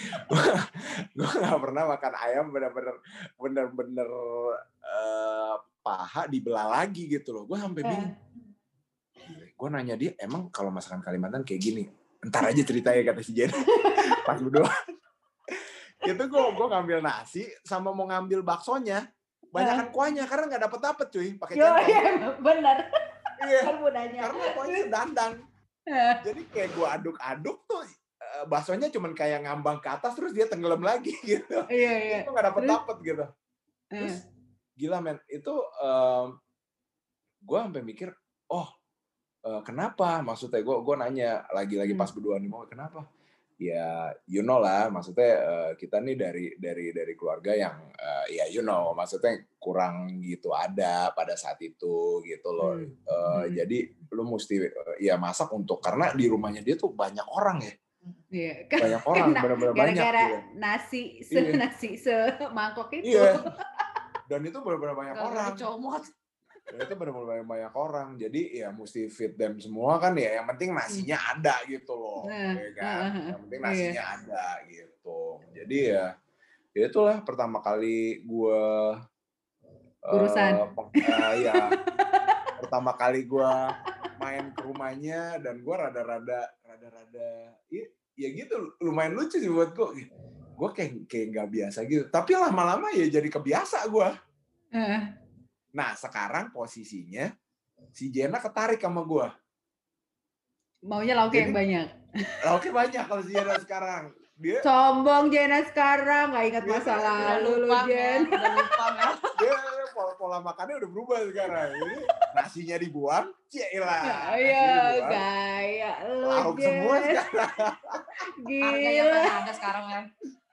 Gue nggak pernah makan ayam bener-bener bener-bener uh, paha dibelah lagi gitu loh. Gue sampai bingung. Uh. Gue nanya dia, emang kalau masakan Kalimantan kayak gini? Ntar aja ceritanya kata si Jen. Pas berdua. Itu gue gue ngambil nasi sama mau ngambil baksonya. Banyakan kuahnya karena nggak dapet dapet cuy. Pakai centong. Iya benar. Iya. Karena kuahnya sedandang. Jadi kayak gue aduk-aduk tuh baksonya cuman kayak ngambang ke atas terus dia tenggelam lagi gitu. Iya iya. Itu nggak dapet dapet gitu. Terus gila men itu um, gue sampai mikir oh Uh, kenapa? Maksudnya gue gue nanya lagi-lagi pas berdua nih mau kenapa? Ya you know lah, maksudnya uh, kita nih dari dari dari keluarga yang uh, ya you know, maksudnya kurang gitu ada pada saat itu gitu loh. Hmm. Uh, hmm. Jadi lu mesti uh, ya masak untuk karena di rumahnya dia tuh banyak orang ya. Iya. Banyak orang benar-benar banyak. Gara-gara gitu. nasi se iya. nasi semangkok itu. Iya. Dan itu benar-benar banyak Gak orang. Comot. Dan itu benar-benar banyak orang, jadi ya mesti feed them semua kan ya. Yang penting nasinya ada gitu loh, uh, ya kan. Uh, uh, yang penting nasinya uh, ada gitu. Jadi ya, ya itulah pertama kali gue urusan. Uh, uh, ya, pertama kali gue main ke rumahnya dan gue rada-rada, rada-rada, ya, ya gitu lumayan lucu sih buat gue. Gue kayak kayak nggak biasa gitu. Tapi lama-lama ya jadi kebiasa gue. Uh. Nah, sekarang posisinya si Jena ketarik sama gue. Maunya lauknya yang banyak. Lauknya banyak kalau si Jena sekarang. Dia sombong Jena sekarang, nggak ingat masa lalu lu Jen. Udah lupa ya. Dia pola, pola makannya udah berubah sekarang. Jadi nasinya dibuang, cielah. Ayo, gaya lu lauk Jen. Semua sekarang. Gila. Harganya apa ada sekarang kan?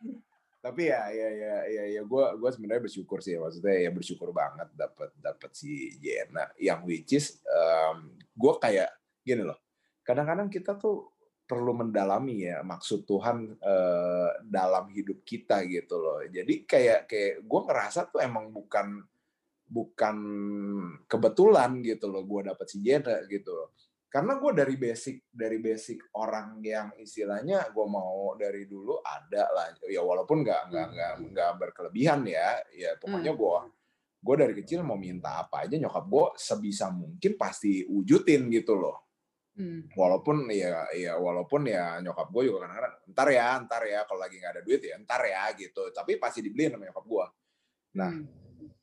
Tapi ya ya ya ya ya gue gue sebenarnya bersyukur sih, maksudnya ya bersyukur banget dapat dapat si Jena yang which is um, gue kayak gini loh, kadang-kadang kita tuh perlu mendalami ya maksud Tuhan uh, dalam hidup kita gitu loh. Jadi kayak kayak gue ngerasa tuh emang bukan bukan kebetulan gitu loh gue dapat si Jena gitu loh. Karena gue dari basic dari basic orang yang istilahnya gue mau dari dulu ada lah ya, walaupun nggak nggak nggak nggak berkelebihan ya ya pokoknya gue gue dari kecil mau minta apa aja nyokap gue sebisa mungkin pasti wujudin gitu loh. Hmm. Walaupun ya ya walaupun ya nyokap gue juga kadang-kadang ntar ya ntar ya kalau lagi nggak ada duit ya ntar ya gitu, tapi pasti dibeliin sama nyokap gue. Nah hmm.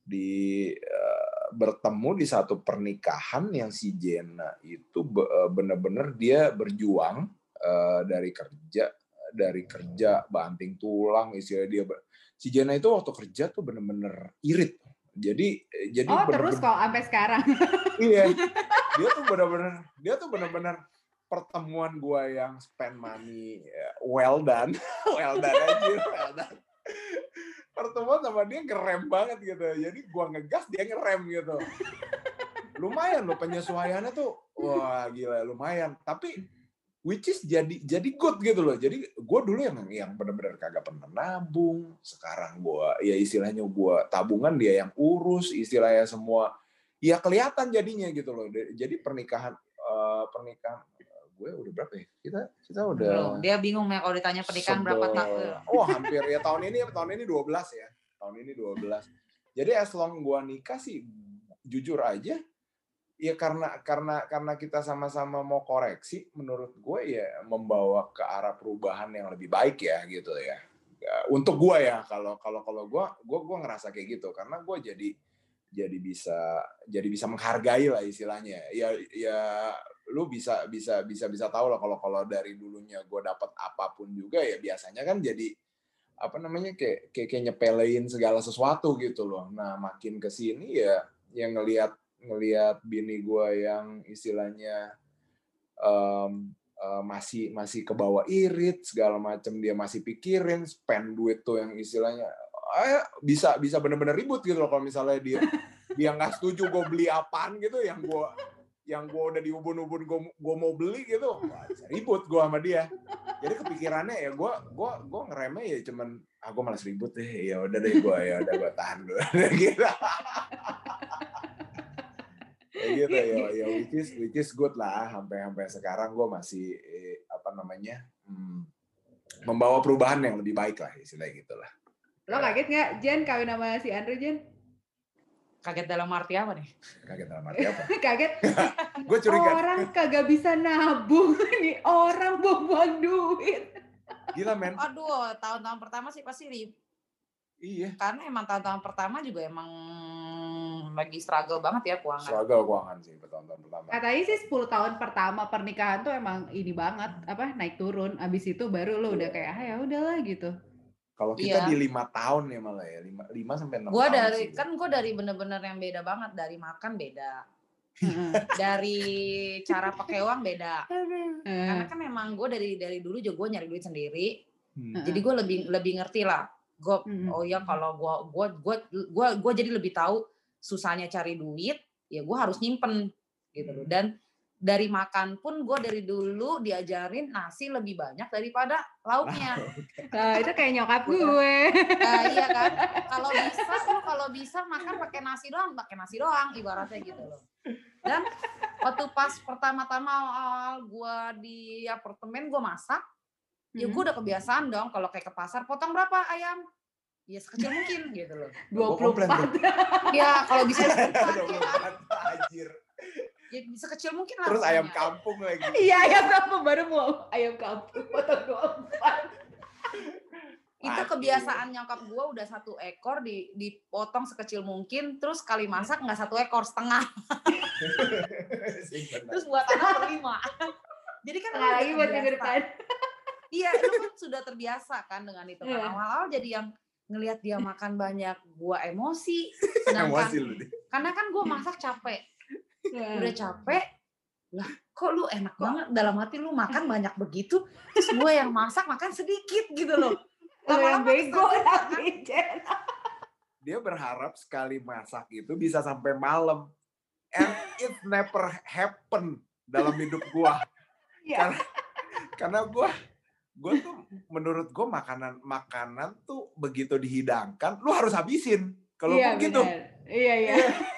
di uh, bertemu di satu pernikahan yang si Jena itu benar-benar dia berjuang uh, dari kerja dari kerja banting tulang istilah dia. Si Jena itu waktu kerja tuh benar-benar irit. Jadi jadi oh bener-bener, terus kalau sampai sekarang. Iya. Dia tuh benar-benar dia tuh benar-benar pertemuan gua yang spend money well done. well done aja, well done. Pertemuan sama dia ngerem banget gitu. Jadi gua ngegas dia ngerem gitu. Lumayan loh penyesuaiannya tuh. Wah, gila lumayan. Tapi which is jadi jadi good gitu loh. Jadi gua dulu yang yang benar-benar kagak pernah nabung. Sekarang gua ya istilahnya gua tabungan dia yang urus, istilahnya semua ya kelihatan jadinya gitu loh. Jadi pernikahan uh, pernikahan gue udah berapa ya? Kita kita udah Belum. Dia bingung ya kalau ditanya pernikahan berapa tahun. Oh, hampir ya tahun ini tahun ini dua belas ya. Tahun ini dua belas. Jadi as long gua nikah sih jujur aja ya karena karena karena kita sama-sama mau koreksi menurut gue ya membawa ke arah perubahan yang lebih baik ya gitu ya. untuk gue ya, kalau kalau kalau gue gue gue ngerasa kayak gitu karena gue jadi jadi bisa jadi bisa menghargai lah istilahnya. Ya ya lu bisa bisa bisa bisa tahu lah kalau kalau dari dulunya gue dapat apapun juga ya biasanya kan jadi apa namanya kayak kayak, kayak nyepelein segala sesuatu gitu loh. Nah makin kesini ya yang ngelihat ngelihat bini gue yang istilahnya um, uh, masih masih ke bawah irit segala macam, dia masih pikirin spend duit tuh yang istilahnya eh, bisa bisa bener-bener ribut gitu loh kalau misalnya dia dia nggak setuju gue beli apaan gitu yang gue yang gue udah diubun-ubun gue gue mau beli gitu, wah, bisa ribut gue sama dia. Jadi kepikirannya ya gue gue gue ngeremeh ya cuman ah gue malas ribut deh, ya udah deh gue ya udah gue tahan dulu gitu. Kayak gitu ya, ya which is which is good lah sampai sampai sekarang gue masih eh, apa namanya hmm, membawa perubahan yang lebih baik lah istilahnya gitulah. Lo kaget nggak Jen kawin sama si Andrew Jen? Kaget dalam arti apa nih? Kaget dalam arti apa? Kaget. Gue curiga. Orang kagak bisa nabung nih, orang buang-buang duit. Gila men. Aduh, tahun-tahun pertama sih pasti rib. Iya. Karena emang tahun-tahun pertama juga emang lagi struggle banget ya keuangan. Struggle keuangan sih tahun-tahun pertama. Katanya sih sepuluh tahun pertama pernikahan tuh emang ini banget, apa naik turun. Abis itu baru lo udah kayak ah ya udahlah gitu. Kalau kita iya. di lima tahun ya malah ya, lima, lima sampai enam gua tahun dari, sih. Kan gue dari bener-bener yang beda banget, dari makan beda. Dari cara pakai uang beda. Karena kan emang gue dari dari dulu juga gue nyari duit sendiri. Hmm. Jadi gue lebih lebih ngerti lah. Gue hmm. oh ya kalau gue gue gue gue gue jadi lebih tahu susahnya cari duit, ya gue harus nyimpen gitu loh. Dan dari makan pun gue dari dulu diajarin nasi lebih banyak daripada lauknya. Nah, itu kayak nyokap gue. Nah, iya kan. Kalau bisa lu kalau bisa makan pakai nasi doang, pakai nasi doang ibaratnya gitu loh. Dan waktu pas pertama-tama awal gue di apartemen gue masak, hmm. ya gue udah kebiasaan dong kalau kayak ke pasar potong berapa ayam? Ya sekecil mungkin gitu loh. dua puluh empat. Ya kalau bisa dua puluh empat anjir. Ya bisa kecil mungkin lah. Terus ayam kampung lagi. Iya ayam kampung, baru mau ayam kampung potong dua puluh empat. Itu kebiasaan nyokap gue udah satu ekor di dipotong sekecil mungkin, terus kali masak nggak satu ekor, setengah. Terus buat anak berlima. Jadi kan nggak lagi buat minggu depan. Iya, itu kan sudah terbiasa kan dengan itu. Kan awal-awal jadi yang ngelihat dia makan banyak, gue emosi. Sedangkan, emosi karena kan gue masak capek. Yeah. Udah capek, lah kok lu enak banget, dalam hati lu makan banyak begitu, terus gue yang masak makan sedikit gitu loh. Lama-lama bego tapi dia berharap sekali masak itu bisa sampai malam, and it never happen dalam hidup gue. Yeah. Karena karena gue gue tuh menurut gue makanan makanan tuh begitu dihidangkan, lu harus habisin. Kalau yeah, begitu. Iya iya.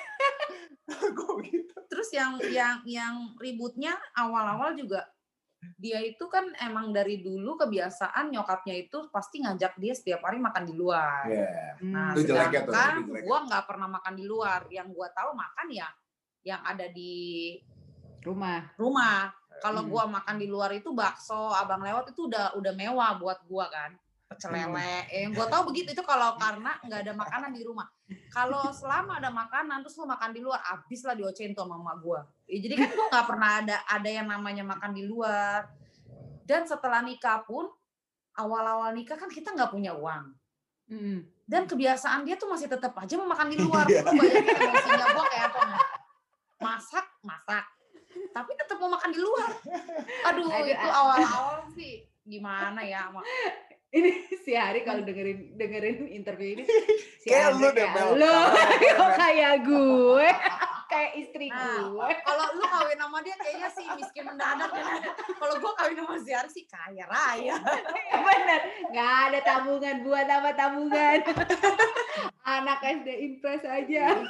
Gitu. Terus yang yang yang ributnya awal-awal juga dia itu kan emang dari dulu kebiasaan nyokapnya itu pasti ngajak dia setiap hari makan di luar. Yeah. Nah, itu sedangkan gue nggak pernah makan di luar. Yang gue tahu makan ya yang ada di rumah. Rumah. Kalau hmm. gue makan di luar itu bakso, abang lewat itu udah udah mewah buat gue kan. Pecel lele, yang gue tahu begitu itu kalau karena nggak ada makanan di rumah. Kalau selama ada makanan terus lo makan di luar, abis lah diocehin tuh sama mama gue. Ya, jadi kan gue nggak pernah ada ada yang namanya makan di luar. Dan setelah nikah pun, awal-awal nikah kan kita nggak punya uang. Hmm. Dan kebiasaan dia tuh masih tetap aja mau makan di luar. Lu bayangin emosinya gue kayak apa? Masak, masak. Tapi tetap mau makan di luar. Aduh, Aduh itu awal-awal sih gimana ya, Mak. Ini si Hari kalau dengerin dengerin interview ini si kayak lu deh Bel. Lu kayak gue, kayak istri nah, gue. Kalau lu kawin sama dia kayaknya sih miskin mendadak. Kalau gue kawin sama si Hari sih kaya raya. Bener, nggak ada tabungan buat apa tabungan. Anak S D Impres aja.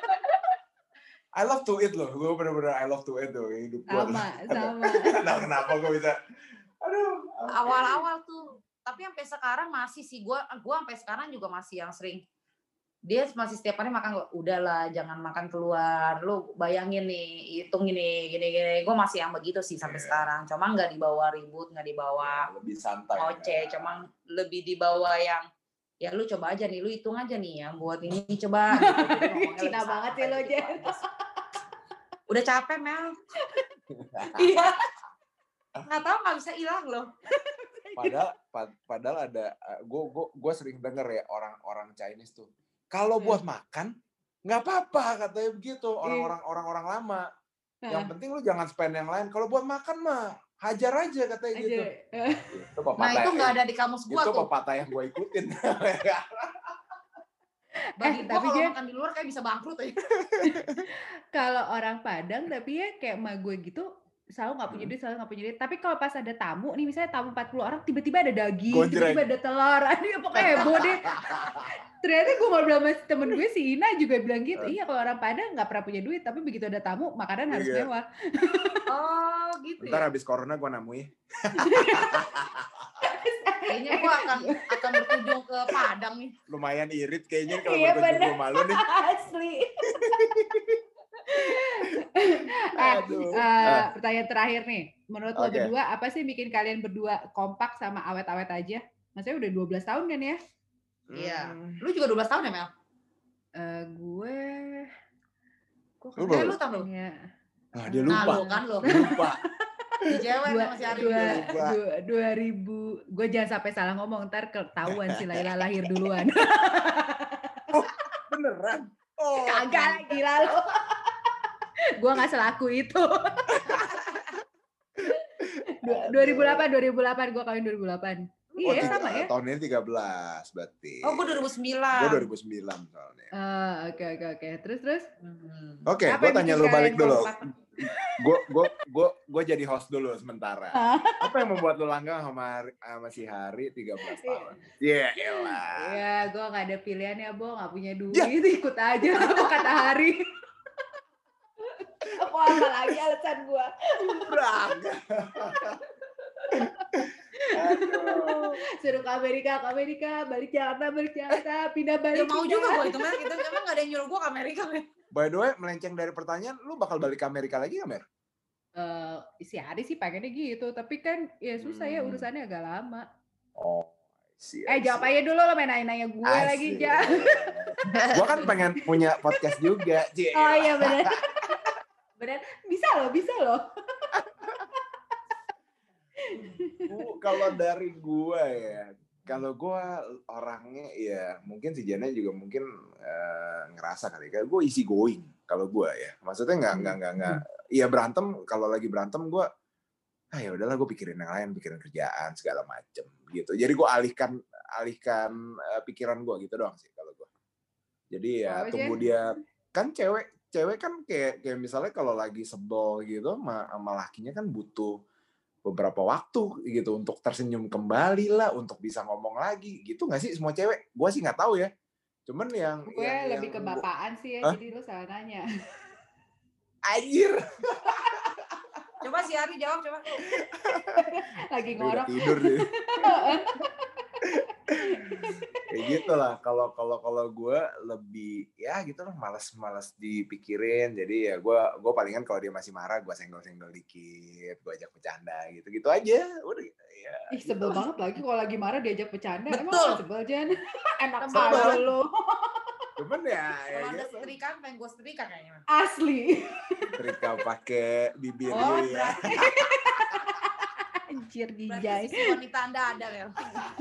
I love to eat loh, gue bener-bener I love to eat loh hidup gue. Sama, sama. Nah, kenapa gue bisa? Aduh. Awal-awal tuh. Tapi sampai sekarang masih sih gue gue sampai sekarang juga masih yang sering dia masih setiap hari makan, udahlah jangan makan keluar, lu bayangin nih, hitung ini, gini-gini. Gue masih yang begitu sih sampai yeah. sekarang, cuma nggak dibawa ribut, nggak dibawa yeah, lebih santai, ngoceh, ya. Cuma lebih dibawa yang, ya lu coba aja nih, lu hitung aja nih ya, buat ini coba. Gitu. Cina banget sih lo, Jen. Udah capek, Mel. Iya. Nggak tahu, nggak bisa hilang loh. Padahal, pad, padahal ada, gue gue gue sering denger ya orang-orang Chinese tuh. Kalau buat hmm. makan, nggak apa-apa katanya begitu orang-orang orang-orang lama. Hmm. Yang penting lu jangan spend yang lain. Kalau buat makan mah hajar aja katanya ajar. Gitu. Itu nah itu nggak ada di kamus gua itu tuh. Itu pepatah yang gua ikutin. Bagi eh, gua kalau makan di luar kayak bisa bangkrut aja. Kalau orang Padang tapi ya kayak emak gue gitu. Selalu nggak punya duit, selalu nggak punya duit. Tapi kalau pas ada tamu nih, misalnya tamu empat puluh orang, tiba-tiba ada daging, Gondreng. Tiba-tiba ada telur, aduh pokoknya heboh deh. Ternyata gue ngobrol sama temen gue, si Ina juga bilang gitu, iya kalau orang Padang nggak pernah punya duit, tapi begitu ada tamu, makanan harus iya. mewah. Oh gitu. Ntar ya? habis corona gue namui. Kayaknya gue akan akan berkunjung ke Padang nih. Lumayan irit kayaknya kalau iya, berkunjung ke malu nih. Asli. eh, uh, uh. Pertanyaan terakhir nih, menurut okay. lo berdua apa sih bikin kalian berdua kompak sama awet-awet aja? Maksudnya udah dua belas tahun kan ya? Iya. Hmm. Lu juga dua belas tahun ya, Mel? Uh, gue kok kan lu tahu ya. Ah, dia lupa. Nah, lu kan lu. Lupa. Di cewek masih hari dua, dua, dua ribu. Gue jangan sampai salah ngomong, ntar ketahuan si Laila lahir duluan. Oh, beneran? Oh. Kagak, gila lo. Gue nggak selaku itu. dua ribu delapan, dua ribu delapan gue kawin dua ribu delapan. Oh, iya tiga, sama ya. Tahun ini tiga belas berarti. Oh, gue dua ribu sembilan. Gue dua ribu sembilan soalnya. Uh, oke oke oke. Terus terus. Hmm. Oke, okay, gue tanya lu balik dulu. Gue gue gue gue jadi host dulu sementara. Apa yang membuat lu langgeng sama sama si Hari tiga belas tahun? Iya, yeah, elah. Iya, gue nggak ada pilihan ya, Bo, nggak punya duit, yeah. Ikut aja apa kata Hari. Apa apa lagi alasan gue? Berangkat. Aduh. Suruh ke Amerika, ke Amerika, balik Jakarta, balik Jakarta, pindah balik. Ya mau pindah. Juga gue itu, Mer. Itu emang gak ada yang nyuruh gue ke Amerika, Mer. By the way, melenceng dari pertanyaan, lu bakal balik ke Amerika lagi gak, Mer? Uh, si Hari sih pengennya gitu, tapi kan ya susah hmm. ya urusannya agak lama. Oh, sih. Eh jawab aja dulu lo main nanya-nanya gue Asik. Lagi, Ja. Gue kan pengen punya podcast juga, Cie. Oh iya benar. Benar, bisa loh, bisa loh. Kalau dari gue ya, kalau gue orangnya ya mungkin si Jana juga mungkin uh, ngerasa kali, kayak gue easy going kalau gue ya, maksudnya nggak nggak nggak nggak, iya berantem kalau lagi berantem gue, ah ya udahlah gue pikirin yang lain, pikirin kerjaan segala macem gitu, jadi gue alihkan alihkan uh, pikiran gue gitu doang sih kalau gue, jadi ya oh, tunggu yeah. dia kan cewek cewek kan kayak kayak misalnya kalau lagi sebel gitu sama, sama lakinya kan butuh beberapa waktu gitu untuk tersenyum kembali lah, untuk bisa ngomong lagi gitu nggak sih semua cewek? Gue sih nggak tahu ya. Cuman yang gue yang, lebih yang kebapaan gua... sih ya, huh? Jadi lu salah nanya. Anjir. Coba si Ari jawab coba. Lagi ngorok. Tidur deh. Kayak gitu lah. Kalau kalau kalau gue lebih ya gitu lah, malas-malas dipikirin. Jadi ya gue gue palingan kalau dia masih marah gue senggol-senggol dikit, gue ajak bercanda gitu-gitu aja. Udah ya. Ih sebel gitu banget lagi kalau lagi marah diajak bercanda. Betul. Emang sebel Jan. Enak banget lo. Cuman ya. Kalau ada setrika pengen gue setrika kayaknya. Asli. Setrika pakai bibir oh, ya. Anjir dijay. Berarti sisi wanita Anda ada ya.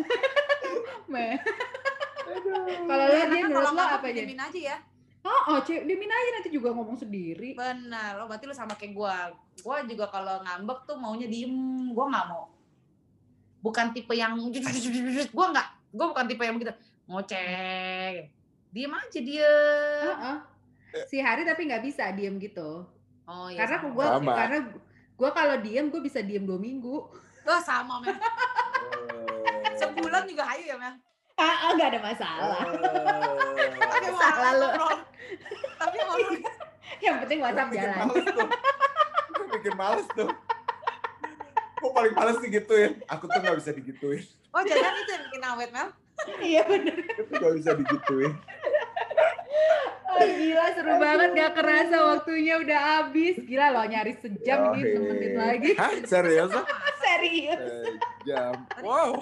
Kalau lo dia menurut lo apa aja? Dimin aja ya. Oh, oh cewek dimin aja nanti juga ngomong sendiri. Benar, lo berarti lo sama kayak gue. Gue juga kalau ngambek tuh maunya diem, gue nggak mau. Bukan tipe yang gue nggak, gue bukan tipe yang begitu ngoceh. Diem aja dia. Uh-uh. Si Hari tapi nggak bisa diem gitu. Oh iya. Karena gue, karena gue kalau diem gue bisa diem dua minggu. Oh sama men. Sebulan juga hayu ya men. Ah, nggak ada masalah. Tapi masalah lo. Tapi ngomong. Yang penting WhatsApp jalan. Gue bikin males tuh. Gue paling males digituin. Aku tuh nggak bisa digituin. Oh jangan itu yang bikin awet Mel. Iya benar. Itu nggak bisa digituin. Oh, gila seru banget, gak kerasa waktunya udah habis. Gila loh, nyaris sejam Oh, nih, semenit lagi. Hah? Serius? Serius. Sejam. Wow.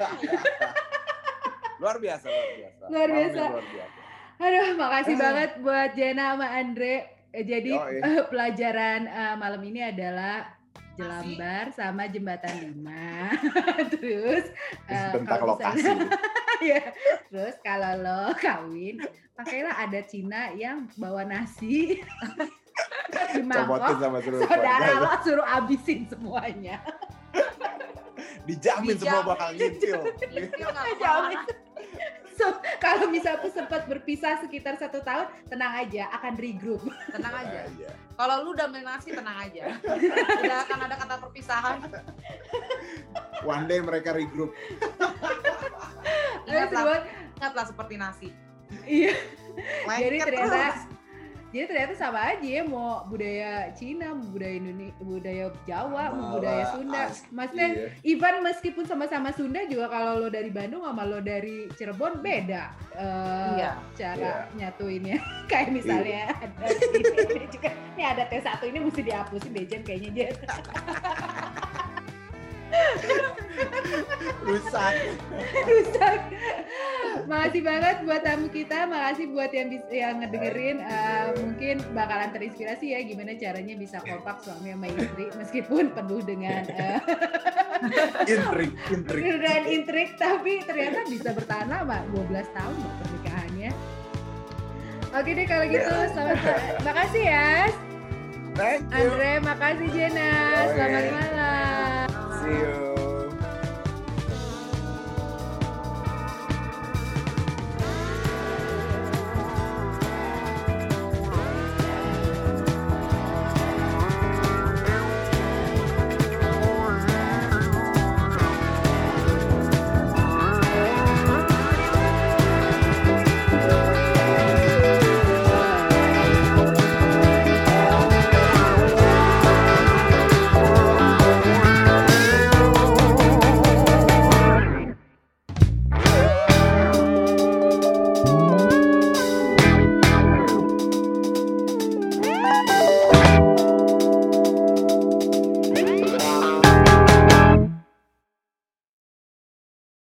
Luar biasa, luar biasa. Luar biasa. Luar biasa. Aduh, makasih Ah. banget buat Jena sama Andre. Eh, Jadi Yoi. eh, pelajaran eh, malam ini adalah Jelambar sama Jembatan Lima. Terus eh, Tentang kalau lokasi. misalnya- ya. Terus kalau lo kawin, pakailah ada Cina yang bawa nasi di Copotin mangkok. sama seluruh Saudara keluarga. lo suruh abisin semuanya. Dijamin semua Dijamin. bakal ngintil. Ngintil nggak Jamin. kemana. So, kalau misalnya sempat berpisah sekitar satu tahun, tenang aja, akan regroup. Tenang aja. Iya. Kalau lu udah main nasi, tenang aja. Tidak akan ada kata perpisahan. One day mereka regroup. Aduh, seru Ingatlah, banget. ingatlah seperti nasi. Iya. Lengket Jadi ternyata terus. Jadi ternyata sama aja ya, mau budaya Cina, mau budaya Indonesia, budaya Jawa, mau Malah budaya Sunda. as- Maksudnya Iya. even meskipun sama-sama Sunda juga kalau lo dari Bandung sama lo dari Cirebon beda eh, Iya. cara nyatuinnya. Kayak misalnya ada ini, ini juga, ini ada T satu ini mesti dihapusin deh Jen kayaknya Jen. Rusak. Rusak. Makasih banget buat tamu kita, makasih buat yang bis- yang ngedengerin. Eh, mungkin bakalan terinspirasi ya gimana caranya bisa kompak suami sama istri meskipun penuh dengan eh, Intrik, intrik. dengan intrik, tapi ternyata bisa bertahan lama, dua belas tahun loh pernikahannya. Oke deh kalau gitu, selamat makasih ya Thank you. Andre, makasih Jena, Oke. selamat malam. See you.